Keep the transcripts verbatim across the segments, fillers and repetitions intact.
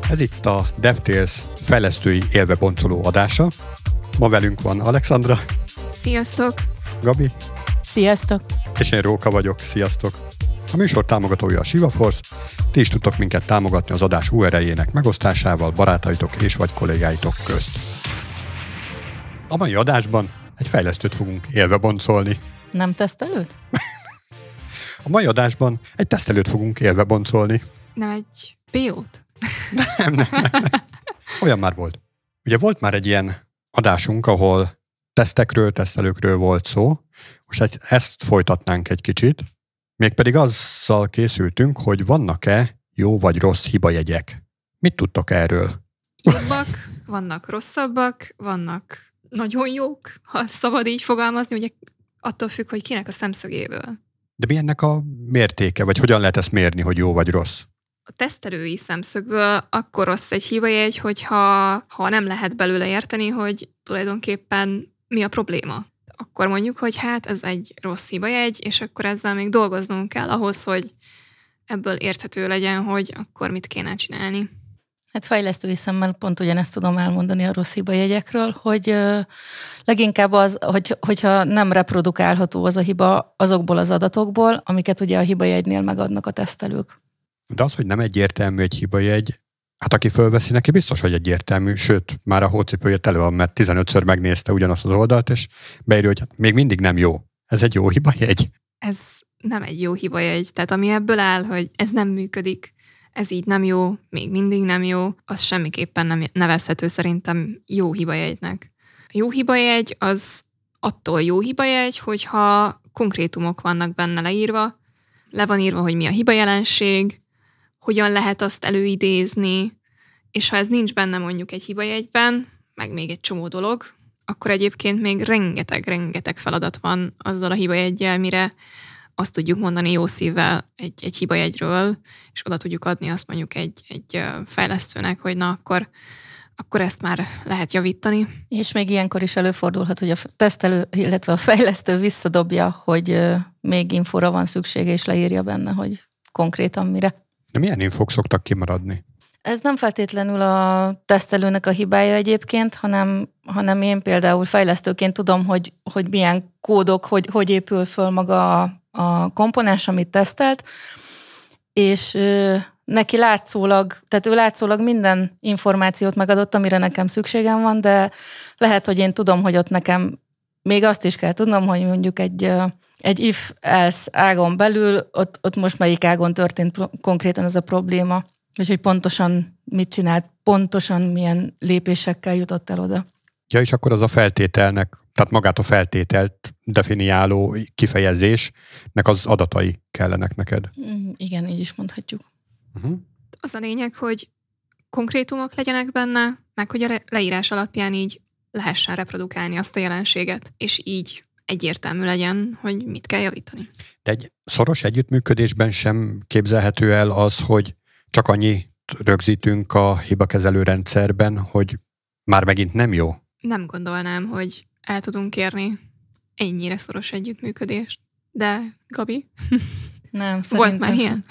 Ez itt a DevTales fejlesztői élveboncoló adása. Ma velünk van Alexandra. Sziasztok! Gabi. Sziasztok! És én Róka vagyok. Sziasztok! A műsor támogatója a ShivaForce. Ti is tudtok minket támogatni az adás u er el-jének megosztásával barátaitok és vagy kollégáitok közt. A mai adásban egy fejlesztőt fogunk élveboncolni. Nem tesztelőt? A mai adásban egy tesztelőt fogunk élveboncolni. Nem egy pé ó-t? Nem, nem, nem, nem. Olyan már volt. Ugye volt már egy ilyen adásunk, ahol tesztekről, tesztelőkről volt szó. Most ezt folytatnánk egy kicsit. Mégpedig azzal készültünk, hogy vannak-e jó vagy rossz hibajegyek. Mit tudtok erről? Jobbak, vannak rosszabbak, vannak nagyon jók, ha szabad így fogalmazni, ugye attól függ, hogy kinek a szemszögéből. De mi ennek a mértéke, vagy hogyan lehet ezt mérni, hogy jó vagy rossz? A tesztelői szemszögből akkor rossz egy hibajegy, hogyha ha nem lehet belőle érteni, hogy tulajdonképpen mi a probléma. Akkor mondjuk, hogy hát ez egy rossz hibajegy, és akkor ezzel még dolgoznunk kell ahhoz, hogy ebből érthető legyen, hogy akkor mit kéne csinálni. Hát fejlesztői szemmel pont ugyanezt tudom elmondani a rossz hibajegyekről, hogy uh, leginkább az, hogy, hogyha nem reprodukálható az a hiba azokból az adatokból, amiket ugye a hibajegynél megadnak a tesztelők. De az, hogy nem egyértelmű egy hibajegy, hát aki fölveszi, neki biztos, hogy egyértelmű, sőt, már a hócipője tele van, mert tizenötször megnézte ugyanazt az oldalt, és beírja, hogy hát még mindig nem jó. Ez egy jó hibajegy? Ez nem egy jó hibajegy. Tehát ami ebből áll, hogy ez nem működik, ez így nem jó, még mindig nem jó, az semmiképpen nem nevezhető szerintem jó hibajegynek. A jó hibajegy az attól jó hibajegy, hogyha konkrétumok vannak benne leírva, le van írva, hogy mi a hibajelenség, hogyan lehet azt előidézni, és ha ez nincs benne mondjuk egy hibajegyben, meg még egy csomó dolog, akkor egyébként még rengeteg-rengeteg feladat van azzal a hibajeggyel, mire azt tudjuk mondani jó szívvel egy, egy hibajegyről, és oda tudjuk adni azt mondjuk egy, egy fejlesztőnek, hogy na akkor, akkor ezt már lehet javítani. És még ilyenkor is előfordulhat, hogy a tesztelő, illetve a fejlesztő visszadobja, hogy még infóra van szüksége, és leírja benne, hogy konkrétan mire. De milyen infók szoktak kimaradni? Ez nem feltétlenül a tesztelőnek a hibája egyébként, hanem, hanem én például fejlesztőként tudom, hogy, hogy milyen kódok, hogy, hogy épül föl maga a, a komponens, amit tesztelt, és ö, neki látszólag, tehát ő látszólag minden információt megadott, amire nekem szükségem van, de lehet, hogy én tudom, hogy ott nekem még azt is kell tudnom, hogy mondjuk egy, egy if-else ágon belül, ott, ott most melyik ágon történt konkrétan ez a probléma, és hogy pontosan mit csinált, pontosan milyen lépésekkel jutott el oda. Ja, és akkor az a feltételnek, tehát magát a feltételt definiáló kifejezésnek az adatai kellenek neked. Igen, így is mondhatjuk. Uh-huh. Az a lényeg, hogy konkrétumok legyenek benne, meg hogy a leírás alapján így lehessen reprodukálni azt a jelenséget, és így egyértelmű legyen, hogy mit kell javítani. De egy szoros együttműködésben sem képzelhető el az, hogy csak annyit rögzítünk a hibakezelő rendszerben, hogy már megint nem jó? Nem gondolnám, hogy el tudunk érni ennyire szoros együttműködést. De, Gabi? Nem, szerintem volt már ilyen?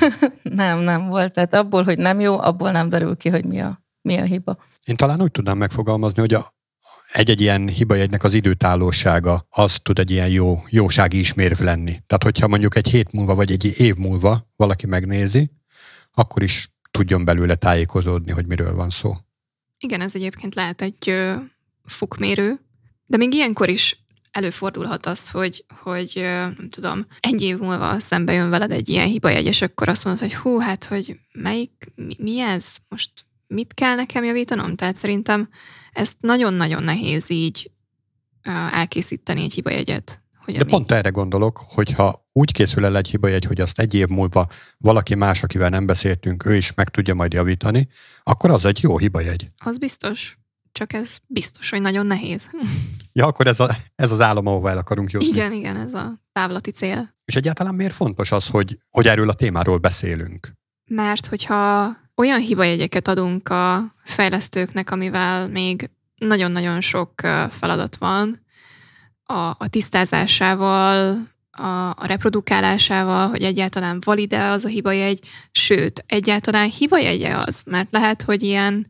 nem, nem volt. Tehát abból, hogy nem jó, abból nem derül ki, hogy mi a, mi a hiba. Én talán úgy tudnám megfogalmazni, hogy a, egy-egy ilyen hibajegynek az időtállósága, az tud egy ilyen jó, jósági ismérv lenni. Tehát, hogyha mondjuk egy hét múlva, vagy egy év múlva valaki megnézi, akkor is tudjon belőle tájékozódni, hogy miről van szó. Igen, ez egyébként lehet egy ö, fokmérő, de még ilyenkor is előfordulhat az, hogy, hogy ö, nem tudom, egy év múlva szembe jön veled egy ilyen hibajegy, és akkor azt mondod, hogy hú, hát, hogy melyik, mi, mi ez? Most mit kell nekem javítanom? Tehát szerintem ezt nagyon-nagyon nehéz így ö, elkészíteni egy hibajegyet. Hogy De ami... pont erre gondolok, hogyha úgy készül el egy hibajegy, hogy azt egy év múlva valaki más, akivel nem beszéltünk, ő is meg tudja majd javítani, akkor az egy jó hibajegy. Az biztos. Csak ez biztos, hogy nagyon nehéz. Ja, akkor ez, a, ez az álom, ahova el akarunk jutni. Igen, igen, ez a távlati cél. És egyáltalán miért fontos az, hogy, hogy erről a témáról beszélünk? Mert hogyha olyan hibajegyeket adunk a fejlesztőknek, amivel még nagyon-nagyon sok feladat van, a, a tisztázásával a, a reprodukálásával, hogy egyáltalán valide az a hibajegy, sőt, egyáltalán hibajegye az, mert lehet, hogy ilyen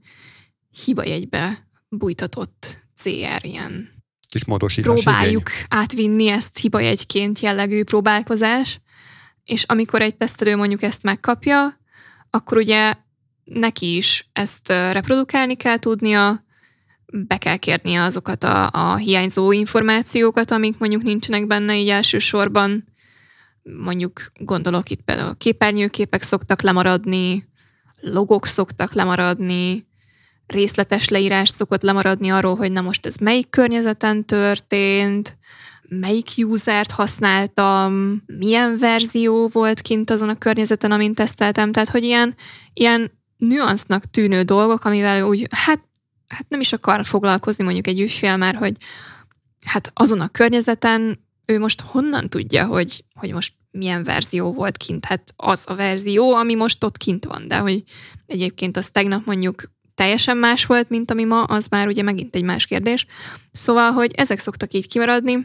hibajegybe bújtatott cé er ilyen kis módosítás próbáljuk igény. átvinni ezt hibajegyként jellegű próbálkozás, és amikor egy tesztelő mondjuk ezt megkapja, akkor ugye neki is ezt reprodukálni kell tudnia, be kell kérnie azokat a, a hiányzó információkat, amik mondjuk nincsenek benne így elsősorban. Mondjuk gondolok itt például képernyőképek szoktak lemaradni, logok szoktak lemaradni, részletes leírás szokott lemaradni arról, hogy na most ez melyik környezeten történt, melyik usert használtam, milyen verzió volt kint azon a környezeten, amin teszteltem. Tehát, hogy ilyen, ilyen nüansznak tűnő dolgok, amivel úgy, hát, hát nem is akar foglalkozni mondjuk egy ügyfél, mert hogy hát azon a környezeten ő most honnan tudja, hogy, hogy most milyen verzió volt kint. Hát az a verzió, ami most ott kint van, de hogy egyébként az tegnap mondjuk teljesen más volt, mint ami ma, az már ugye megint egy más kérdés. Szóval, hogy ezek szoktak így kimaradni,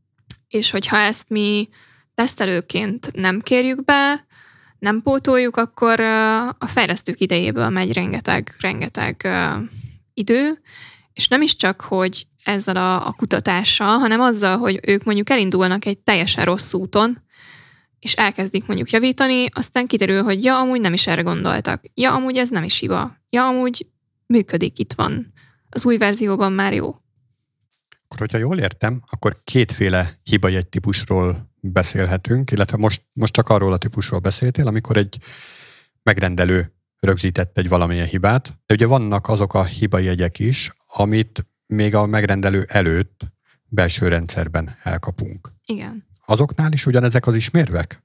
és hogyha ezt mi tesztelőként nem kérjük be, nem pótoljuk, akkor a fejlesztők idejéből megy rengeteg, rengeteg idő, és nem is csak, hogy ezzel a, a kutatással, hanem azzal, hogy ők mondjuk elindulnak egy teljesen rossz úton, és elkezdik mondjuk javítani, aztán kiderül, hogy ja, amúgy nem is erre gondoltak. Ja, amúgy ez nem is hiba. Ja, amúgy működik, itt van. Az új verzióban már jó. Akkor, hogyha jól értem, akkor kétféle hibajegy típusról beszélhetünk, illetve most, most csak arról a típusról beszéltél, amikor egy megrendelő rögzített egy valamilyen hibát, de ugye vannak azok a hibajegyek is, amit még a megrendelő előtt belső rendszerben elkapunk. Igen. Azoknál is ugyanezek az ismérvek?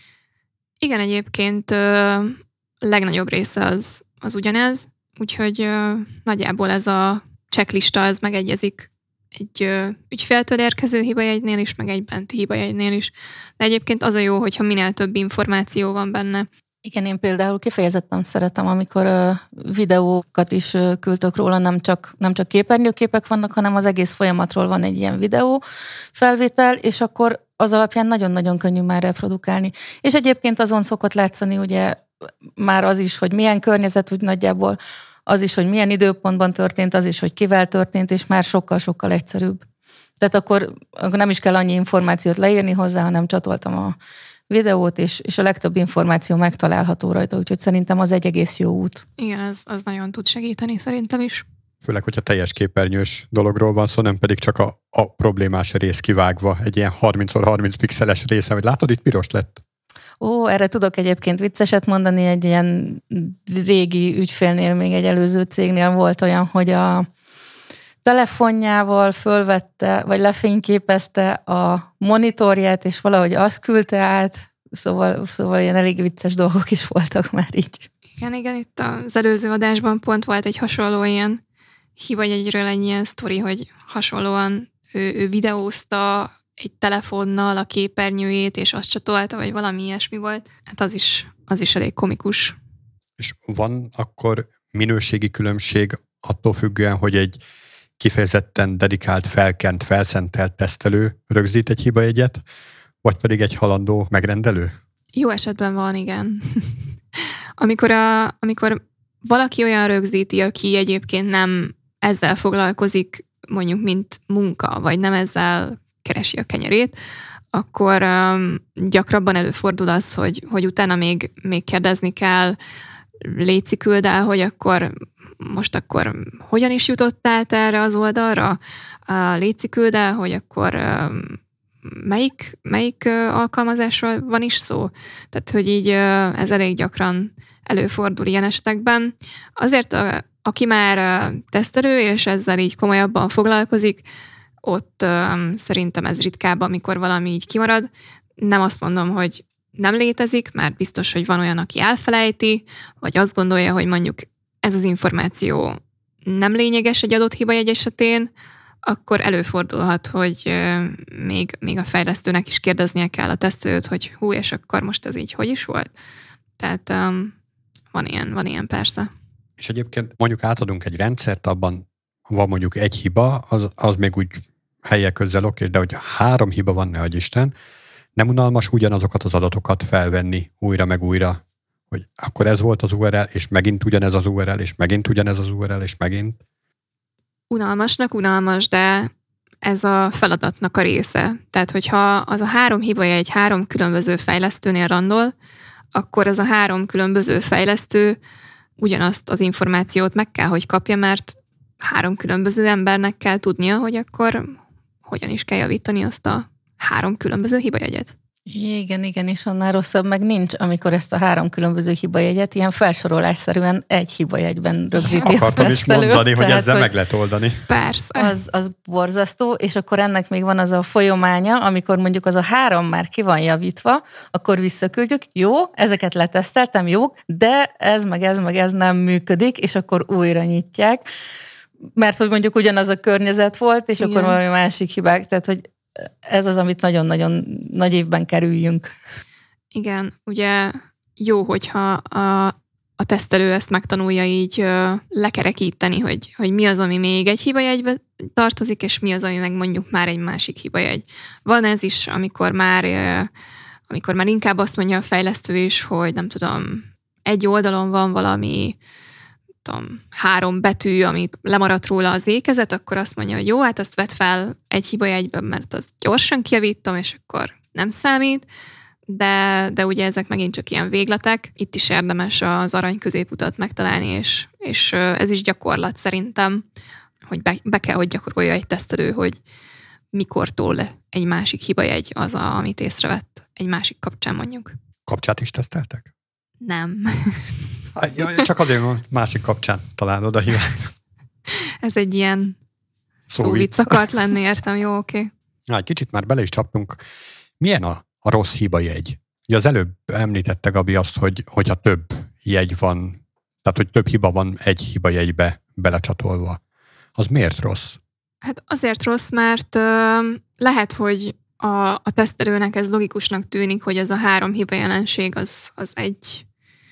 Igen, egyébként ö, legnagyobb része az, az ugyanez, úgyhogy ö, nagyjából ez a checklista ez megegyezik egy ö, ügyféltől érkező hibajegynél is, meg egy benti hibajegynél is. De egyébként az a jó, hogyha minél több információ van benne. Igen, én például kifejezetten szeretem, amikor uh, videókat is uh, küldtök róla, nem csak, nem csak képernyőképek vannak, hanem az egész folyamatról van egy ilyen videó felvétel, és akkor az alapján nagyon-nagyon könnyű már reprodukálni. És egyébként azon szokott látszani ugye már az is, hogy milyen környezet, úgy nagyjából az is, hogy milyen időpontban történt, az is, hogy kivel történt, és már sokkal-sokkal egyszerűbb. Tehát akkor, akkor nem is kell annyi információt leírni hozzá, hanem csatoltam a videót, és, és a legtöbb információ megtalálható rajta, úgyhogy szerintem az egy egész jó út. Igen, ez, az nagyon tud segíteni szerintem is. Főleg, hogyha teljes képernyős dologról van szó, nem pedig csak a, a problémás rész kivágva, egy ilyen harminc szor harminc pixeles része, hogy látod, itt piros lett. Ó, erre tudok egyébként vicceset mondani, egy ilyen régi ügyfélnél, még egy előző cégnél volt olyan, hogy a telefonjával fölvette, vagy lefényképezte a monitorját, és valahogy azt küldte át, szóval, szóval ilyen elég vicces dolgok is voltak már így. Igen, igen, itt az előző adásban pont volt egy hasonló ilyen hibajegyről egy ilyen sztori, hogy hasonlóan ő, ő videózta egy telefonnal a képernyőjét, és azt csatolta, vagy valami ilyesmi volt. Hát az is, az is elég komikus. És van akkor minőségi különbség attól függően, hogy egy kifejezetten dedikált, felkent, felszentelt tesztelő rögzít egy hibajegyet, vagy pedig egy halandó megrendelő? Jó esetben van, igen. amikor, a, amikor valaki olyan rögzíti, aki egyébként nem ezzel foglalkozik, mondjuk, mint munka, vagy nem ezzel keresi a kenyerét, akkor um, gyakrabban előfordul az, hogy, hogy utána még, még kérdezni kell, léci küld el, hogy akkor most akkor hogyan is jutottál te erre az oldalra? Léci küld el, hogy akkor um, melyik, melyik uh, alkalmazásról van is szó? Tehát, hogy így uh, ez elég gyakran előfordul ilyen esetekben. Azért, uh, aki már uh, tesztelő, és ezzel így komolyabban foglalkozik, ott um, szerintem ez ritkább, amikor valami így kimarad. Nem azt mondom, hogy nem létezik, mert biztos, hogy van olyan, aki elfelejti, vagy azt gondolja, hogy mondjuk ez az információ nem lényeges egy adott hibajegy esetén, akkor előfordulhat, hogy uh, még, még a fejlesztőnek is kérdeznie kell a tesztelőt, hogy hú, és akkor most ez így hogy is volt? Tehát um, van ilyen, van ilyen persze. És egyébként mondjuk átadunk egy rendszert, abban van mondjuk egy hiba, az, az még úgy helyek közel oké, de hogy három hiba van, ne adj Isten, Nem unalmas ugyanazokat az adatokat felvenni újra meg újra, hogy akkor ez volt az u er el, és megint ugyanez az u er el, és megint ugyanez az u er el, és megint. Unalmasnak unalmas, de ez a feladatnak a része. Tehát, hogyha az a három hibajegy három különböző fejlesztőnél randol, akkor az a három különböző fejlesztő ugyanazt az információt meg kell, hogy kapja, mert három különböző embernek kell tudnia, hogy akkor hogyan is kell javítani azt a három különböző hibajegyet. Igen, igen, és annál rosszabb meg nincs, amikor ezt a három különböző hibajegyet ilyen felsorolásszerűen egy hibajegyben rögzíti. Akartam is mondani, hogy tehát, ezzel hogy meg lehet oldani. Persze. Az, az borzasztó, és akkor ennek még van az a folyamánya, amikor mondjuk az a három már ki van javítva, akkor visszaküldjük, jó, ezeket leteszteltem, jók, de ez meg ez meg ez nem működik, és akkor újra nyitják, mert hogy mondjuk ugyanaz a környezet volt, és igen. Akkor valami másik hibák, tehát hogy ez az, amit nagyon-nagyon nagy évben kerüljünk. Igen, ugye jó, hogyha a, a tesztelő ezt megtanulja így ö, lekerekíteni, hogy, hogy mi az, ami még egy hibajegybe tartozik, és mi az, ami meg mondjuk már egy másik hibajegy. Van ez is, amikor már, ö, amikor már inkább azt mondja a fejlesztő is, hogy nem tudom, egy oldalon van valami tudom, három betű, ami lemaradt róla az ékezet, akkor azt mondja, hogy jó, hát azt vedd fel egy hibajegyben, mert azt gyorsan kijavítom, és akkor nem számít, de, de ugye ezek megint csak ilyen végletek. Itt is érdemes az arany középutat megtalálni, és, és ez is gyakorlat szerintem, hogy be, be kell, hogy gyakorolja egy tesztelő, hogy mikortól egy másik hibajegy az, a, amit észrevett egy másik kapcsán mondjuk. Kapcsát is teszteltek? Nem. Ja, csak azért a másik kapcsán találod a hibát. Ez egy ilyen szóvic akart lenni, értem, jó, oké. Okay. Na, egy kicsit már bele is csaptunk. Milyen a, a rossz hibajegy? Ugye az előbb említette, Gabi, azt, hogy hogyha több jegy van, tehát hogy több hiba van egy hibajegybe belecsatolva. Az miért rossz? Hát azért rossz, mert ö, lehet, hogy a, a tesztelőnek ez logikusnak tűnik, hogy ez a három hiba jelenség az, az egy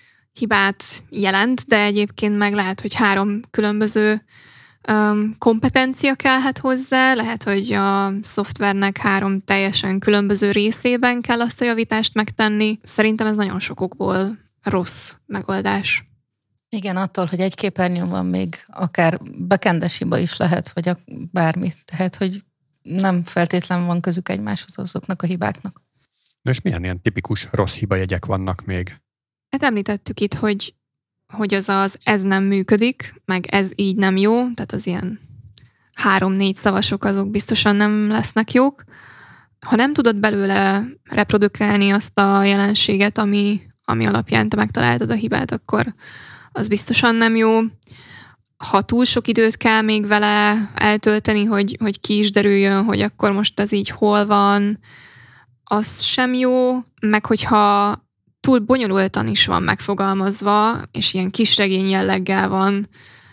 hibát jelent, de egyébként meg lehet, hogy három különböző um, kompetencia kellhet hozzá, lehet, hogy a szoftvernek három teljesen különböző részében kell azt a javítást megtenni. Szerintem ez nagyon sokokból rossz megoldás. Igen, attól, hogy egy képernyőn van még akár bekendes hiba is lehet, vagy a, bármi. Tehát, hogy nem feltétlenül van közük egymáshoz azoknak a hibáknak. Na és milyen ilyen tipikus rossz hibajegyek vannak még? Hát említettük itt, hogy, hogy az az ez nem működik, meg ez így nem jó, tehát az ilyen három-négy szavasok azok biztosan nem lesznek jók. Ha nem tudod belőle reprodukálni azt a jelenséget, ami, ami alapján te megtaláltad a hibát, akkor az biztosan nem jó. Ha túl sok időt kell még vele eltölteni, hogy, hogy ki is derüljön, hogy akkor most ez így hol van, az sem jó, meg hogyha túl bonyolultan is van megfogalmazva, és ilyen kis regény jelleggel van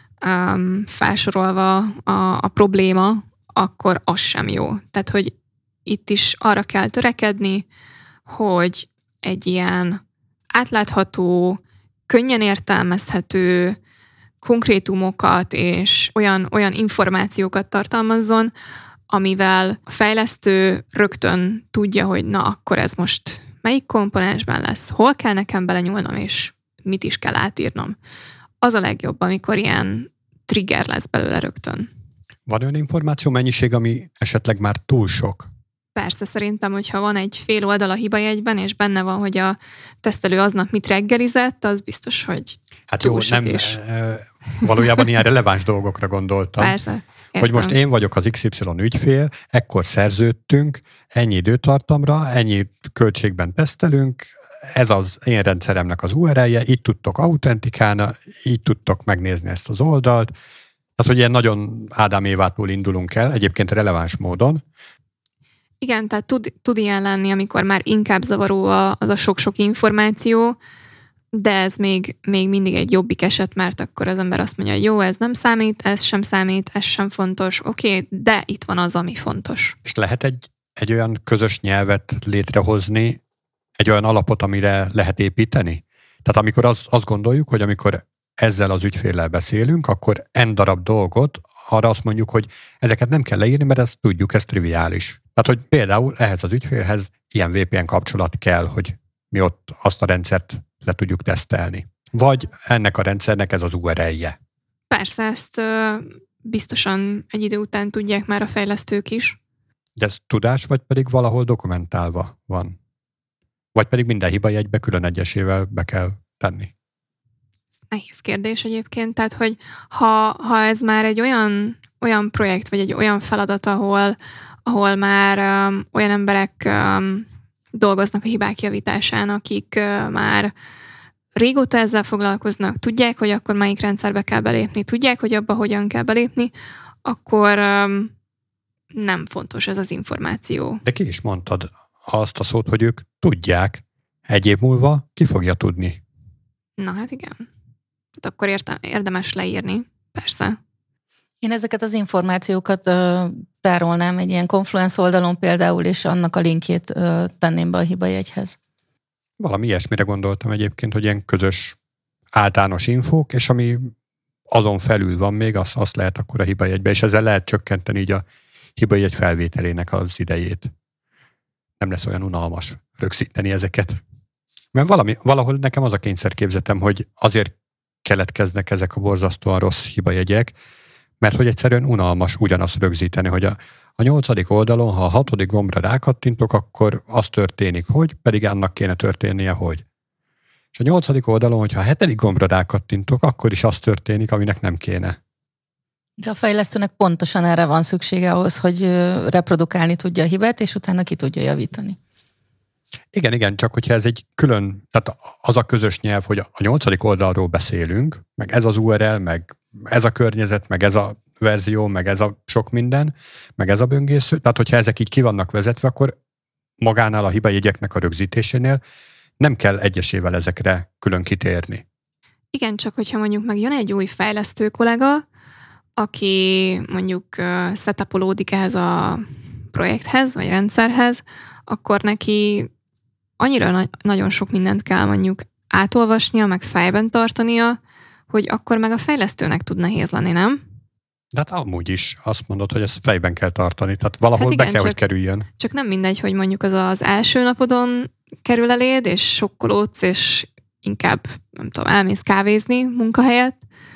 um, felsorolva a, a probléma, akkor az sem jó. Tehát, hogy itt is arra kell törekedni, hogy egy ilyen átlátható, könnyen értelmezhető konkrétumokat és olyan, olyan információkat tartalmazzon, amivel a fejlesztő rögtön tudja, hogy na, akkor ez most melyik komponensben lesz, hol kell nekem belenyúlnom, és mit is kell átírnom. Az a legjobb, amikor ilyen trigger lesz belőle rögtön. Van olyan információ mennyiség, ami esetleg már túl sok? Persze, szerintem, hogyha van egy fél oldal a hibajegyben, és benne van, hogy a tesztelő aznap mit reggelizett, az biztos, hogy hát túl jó, sok nem, is. Valójában ilyen releváns dolgokra gondoltam. Persze, értem. Hogy most én vagyok az iksz ipszilon ügyfél, ekkor szerződtünk, ennyi időtartamra, ennyi költségben tesztelünk, ez az én rendszeremnek az u er el-je, itt tudtok autentikálni, így tudtok megnézni ezt az oldalt. Tehát, hogy ilyen nagyon Ádám Évától indulunk el, egyébként releváns módon. Igen, tehát tud, tud ilyen lenni, amikor már inkább zavaró az a sok-sok információ, de ez még, még mindig egy jobbik eset, mert akkor az ember azt mondja, hogy jó, ez nem számít, ez sem számít, ez sem fontos, oké, okay, de itt van az, ami fontos. És lehet egy, egy olyan közös nyelvet létrehozni, egy olyan alapot, amire lehet építeni? Tehát amikor az, azt gondoljuk, hogy amikor ezzel az ügyféllel beszélünk, akkor n darab dolgot, arra azt mondjuk, hogy ezeket nem kell leírni, mert ezt tudjuk, ez triviális. Tehát, hogy például ehhez az ügyfélhez ilyen vé pé en kapcsolat kell, hogy mi ott azt a rendszert le tudjuk tesztelni. Vagy ennek a rendszernek ez az u er el-je. Persze, ezt ö, biztosan egy idő után tudják már a fejlesztők is. De ez tudás, vagy pedig valahol dokumentálva van? Vagy pedig minden hibajegybe külön egyesével be kell tenni? Nehéz kérdés egyébként, tehát, hogy ha, ha ez már egy olyan, olyan projekt, vagy egy olyan feladat, ahol, ahol már um, olyan emberek um, dolgoznak a hibák javításán, akik uh, már régóta ezzel foglalkoznak, tudják, hogy akkor melyik rendszerbe kell belépni, tudják, hogy abba hogyan kell belépni, akkor um, nem fontos ez az információ. De ki is mondtad azt a szót, hogy ők tudják, egy év múlva ki fogja tudni. Na hát igen. Tehát akkor érte, érdemes leírni, persze. Én ezeket az információkat ö, tárolnám egy ilyen Confluence oldalon például, és annak a linkjét ö, tenném be a hibajegyhez. Valami ilyesmire gondoltam egyébként, hogy ilyen közös általános infók, és ami azon felül van még, azt, azt lehet akkor a hibajegybe, és ezzel lehet csökkenteni így a hibajegy felvételének az idejét. Nem lesz olyan unalmas rögzíteni ezeket. Mert valami, valahol nekem az a kényszerképzetem, hogy azért keletkeznek ezek a borzasztóan rossz hibajegyek, mert hogy egyszerűen unalmas ugyanazt rögzíteni, hogy a, a nyolcadik oldalon, ha a hatodik gombra rákattintok, akkor az történik, hogy, pedig annak kéne történnie, hogy. És a nyolcadik oldalon, hogyha a hetedik gombra rákattintok, akkor is az történik, aminek nem kéne. De a fejlesztőnek pontosan erre van szüksége ahhoz, hogy reprodukálni tudja a hibát, és utána ki tudja javítani. Igen, igen, csak hogyha ez egy külön, tehát az a közös nyelv, hogy a nyolcadik oldalról beszélünk, meg ez az u er el, meg ez a környezet, meg ez a verzió, meg ez a sok minden, meg ez a böngésző, tehát hogyha ezek így ki vannak vezetve, akkor magánál a hibajegyeknek a rögzítésénél nem kell egyesével ezekre külön kitérni. Igen, csak hogyha mondjuk meg jön egy új fejlesztő kollega, aki mondjuk uh, setupolódik ehhez a projekthez, vagy rendszerhez, akkor neki annyira na- nagyon sok mindent kell mondjuk átolvasnia, meg fejben tartania, hogy akkor meg a fejlesztőnek tud nehéz lenni, nem? De hát amúgy is azt mondod, hogy ezt fejben kell tartani, tehát valahol hát igen, be kell, csak, hogy kerüljön. Csak nem mindegy, hogy mondjuk az az első napodon kerül eléd, és sokkolódsz, és inkább, nem tudom, elmész kávézni munkahelyet,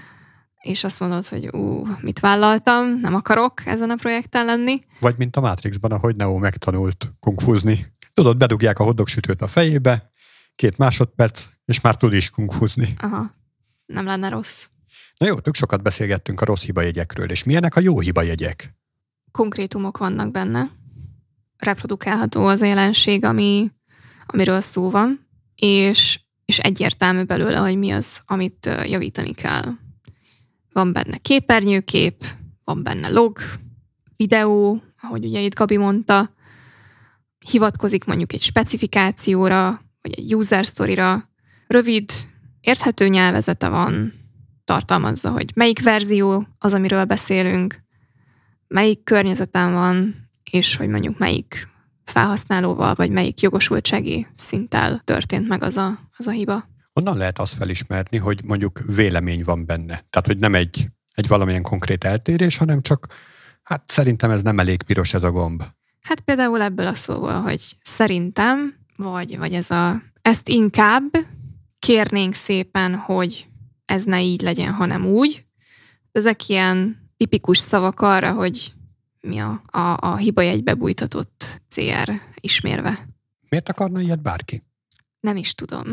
és azt mondod, hogy ú, mit vállaltam, nem akarok ezen a projekten lenni. Vagy mint a Matrixban, ahogy Neo megtanult kungfuzni. Tudod, bedugják a hotdogsütőt a fejébe, két másodperc, és már tud is kungfuzni. Aha, nem lenne rossz. Na jó, tök sokat beszélgettünk a rossz hibajegyekről, és milyenek a jó hibajegyek? Konkrétumok vannak benne. Reprodukálható az a jelenség, ami, amiről szó van, és, és egyértelmű belőle, hogy mi az, amit javítani kell. Van benne képernyőkép, van benne log, videó, ahogy ugye itt Gabi mondta, hivatkozik mondjuk egy specifikációra, vagy egy user story-ra, rövid, érthető nyelvezete van, tartalmazza, hogy melyik verzió az, amiről beszélünk, melyik környezeten van, és hogy mondjuk melyik felhasználóval, vagy melyik jogosultsági szinttel történt meg az a, az a hiba. Honnan lehet azt felismerni, hogy mondjuk vélemény van benne? Tehát, hogy nem egy, egy valamilyen konkrét eltérés, hanem csak, hát szerintem ez nem elég piros ez a gomb. Hát például ebből a szóval, hogy szerintem, vagy, vagy ez a, ezt inkább kérnénk szépen, hogy ez ne így legyen, hanem úgy. Ezek ilyen tipikus szavak arra, hogy mi a, a, a hibajegybe bújtatott cé er ismérve. Miért akarna ilyet bárki? Nem is tudom.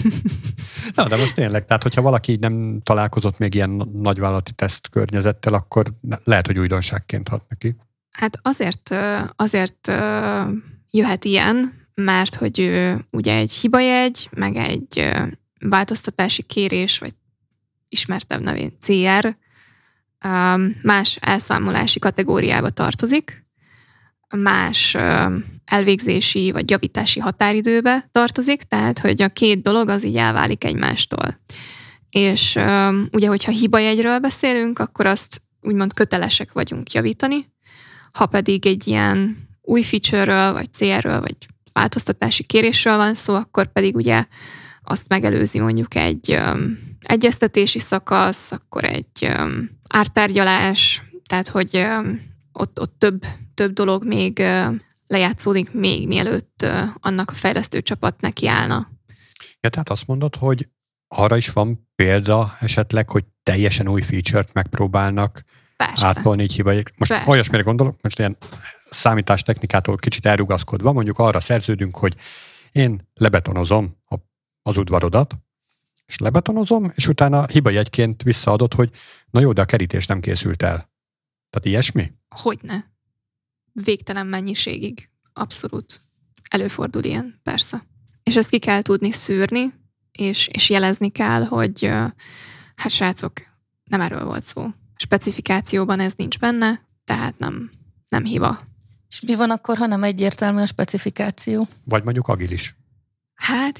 Na, de most tényleg, tehát hogyha valaki így nem találkozott még ilyen nagyvállalati teszt környezettel, akkor lehet, hogy újdonságként hat neki. Hát azért, azért jöhet ilyen, mert hogy ugye egy hibajegy, meg egy változtatási kérés, vagy ismertebb nevén cé er, más elszámolási kategóriába tartozik, más elvégzési vagy javítási határidőbe tartozik, tehát hogy a két dolog az így elválik egymástól. És ugye, hogyha hibajegyről beszélünk, akkor azt úgymond kötelesek vagyunk javítani, ha pedig egy ilyen új feature-ről, vagy cé er-ről, vagy változtatási kérésről van szó, akkor pedig ugye azt megelőzi mondjuk egy um, egyeztetési szakasz, akkor egy um, ártárgyalás, tehát hogy um, ott, ott több, több dolog még uh, lejátszódik még mielőtt uh, annak a fejlesztő csapat nekiállna. Ja, tehát azt mondod, hogy arra is van példa esetleg, hogy teljesen új feature-t megpróbálnak Persze. átolni így hiba. Most Persze. olyasmire gondolok, most ilyen számítástechnikától kicsit elrugaszkodva, mondjuk arra szerződünk, hogy én lebetonozom a, az udvarodat, és lebetonozom, és utána hibajegyként visszaadod, hogy na jó, de a kerítés nem készült el. Tehát ilyesmi? Hogyne. Végtelen mennyiségig. Abszolút. Előfordul ilyen, persze. És ezt ki kell tudni szűrni, és, és jelezni kell, hogy hát srácok, nem erről volt szó. Specifikációban ez nincs benne, tehát nem, nem hiba. És mi van akkor, ha nem egyértelmű a specifikáció? Vagy mondjuk agilis. Hát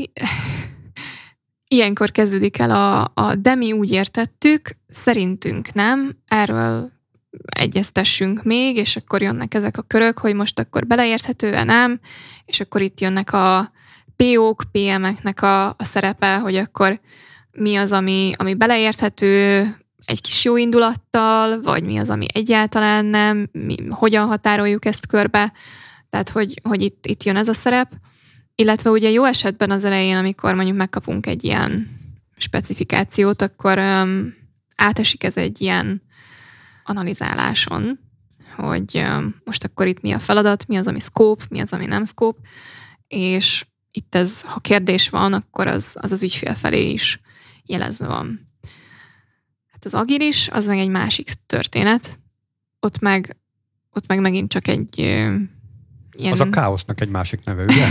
ilyenkor kezdődik el a, a de mi úgy értettük, szerintünk nem, erről egyeztessünk még, és akkor jönnek ezek a körök, hogy most akkor beleérthető-e nem, és akkor itt jönnek a pé ók, pé em-eknek a, a szerepe, hogy akkor mi az, ami, ami beleérthető egy kis jó indulattal, vagy mi az, ami egyáltalán nem, mi, hogyan határoljuk ezt körbe, tehát hogy, hogy itt, itt jön ez a szerep, illetve ugye jó esetben az elején, amikor mondjuk megkapunk egy ilyen specifikációt, akkor um, átesik ez egy ilyen analizáláson, hogy um, most akkor itt mi a feladat, mi az, ami scope, mi az, ami nem scope, és itt ez, ha kérdés van, akkor az az, az ügyfél felé is jelezve van. Hát az agilis, az meg egy másik történet. Ott meg, ott meg megint csak egy ö, ilyen... Az a káosznak egy másik neve, ugye?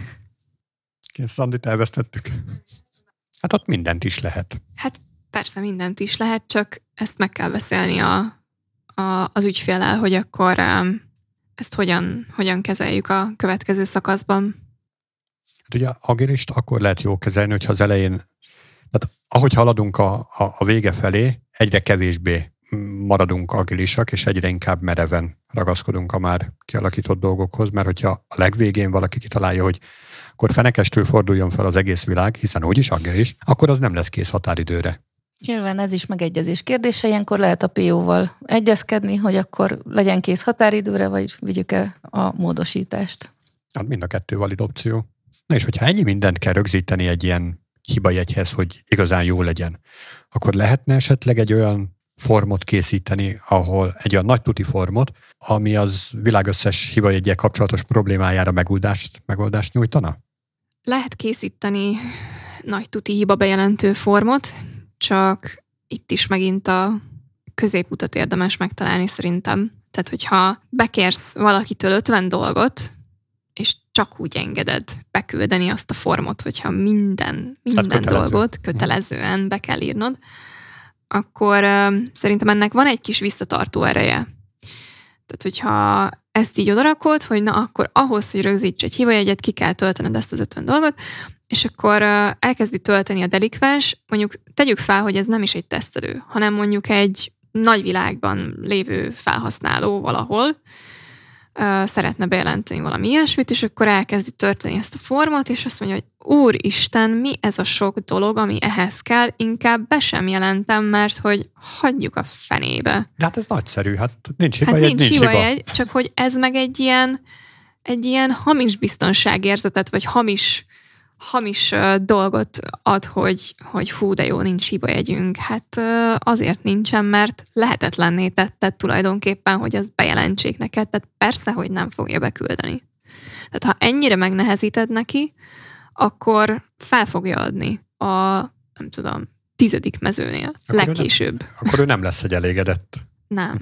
Szandit elvesztettük. Hát ott mindent is lehet. Hát persze mindent is lehet, csak ezt meg kell beszélni a, a, az ügyféllel, hogy akkor um, ezt hogyan, hogyan kezeljük a következő szakaszban. Hát ugye agilist akkor lehet jó kezelni, hogyha az elején, tehát ahogy haladunk a, a, a vége felé, egyre kevésbé maradunk agilisak, és egyre inkább mereven ragaszkodunk a már kialakított dolgokhoz, mert hogyha a legvégén valaki kitalálja, hogy akkor fenekestől forduljon fel az egész világ, hiszen úgyis agilis, akkor az nem lesz kész határidőre. Nyilván ez is megegyezés kérdése, ilyenkor lehet a pé óval egyezkedni, hogy akkor legyen kész határidőre, vagy vigyük-e a módosítást. Hát mind a kettő valid opció. Na és hogyha ennyi mindent kell rögzíteni egy ilyen hibajegyhez, hogy igazán jó legyen, akkor lehetne esetleg egy olyan formot készíteni, ahol egy olyan nagy tuti formot, ami az világ összes hibajeggyel kapcsolatos problémájára megoldást, megoldást nyújtana? Lehet készíteni nagy tuti hiba bejelentő formot, csak itt is megint a középutat érdemes megtalálni szerintem. Tehát, hogyha bekérsz valakitől ötven dolgot, és csak úgy engeded beküldeni azt a formot, hogyha minden, minden kötelező. dolgot kötelezően be kell írnod, akkor uh, szerintem ennek van egy kis visszatartó ereje. Tehát, hogyha ezt így odarakod, hogy na akkor ahhoz, hogy rögzíts egy hibajegyet, ki kell töltened ezt az ötven dolgot, és akkor uh, elkezdi tölteni a delikvens, mondjuk tegyük fel, hogy ez nem is egy tesztelő, hanem mondjuk egy nagyvilágban lévő felhasználó valahol uh, szeretne bejelenteni valami ilyesmit, és akkor elkezdi tölteni ezt a formot, és azt mondja, hogy úristen, mi ez a sok dolog, ami ehhez kell, inkább be sem jelentem, mert hogy hagyjuk a fenébe. De hát ez nagyszerű, hát nincs hiba, Hát jegy, nincs, nincs hiba, hiba. jegy, csak hogy ez meg egy ilyen, egy ilyen hamis biztonságérzetet, vagy hamis, hamis uh, dolgot ad, hogy, hogy hú, de jó, nincs hibajegyünk. Hát uh, azért nincsen, mert lehetetlenné tetted tulajdonképpen, hogy azt bejelentsék neked, tehát persze, hogy nem fogja beküldeni. Tehát ha ennyire megnehezíted neki, akkor fel fogja adni a, nem tudom, tizedik mezőnél, Akkor legkésőbb. Nem, akkor ő nem lesz egy elégedett. Nem.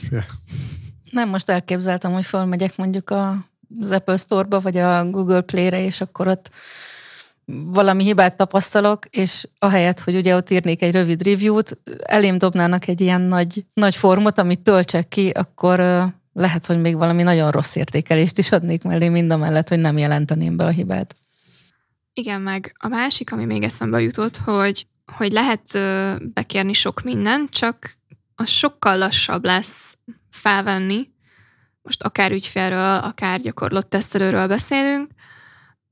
Nem, most elképzeltem, hogy felmegyek mondjuk a, az Apple Store-ba, vagy a Google Play-re, és akkor ott valami hibát tapasztalok, és ahelyett, hogy ugye ott írnék egy rövid review-t, elém dobnának egy ilyen nagy, nagy formot, amit töltsek ki, akkor lehet, hogy még valami nagyon rossz értékelést is adnék mellé, mind a mellett, hogy nem jelenteném be a hibát. Igen, meg a másik, ami még eszembe jutott, hogy, hogy lehet ö, bekérni sok mindent, csak az sokkal lassabb lesz felvenni, most akár ügyfélről, akár gyakorlott tesztelőről beszélünk,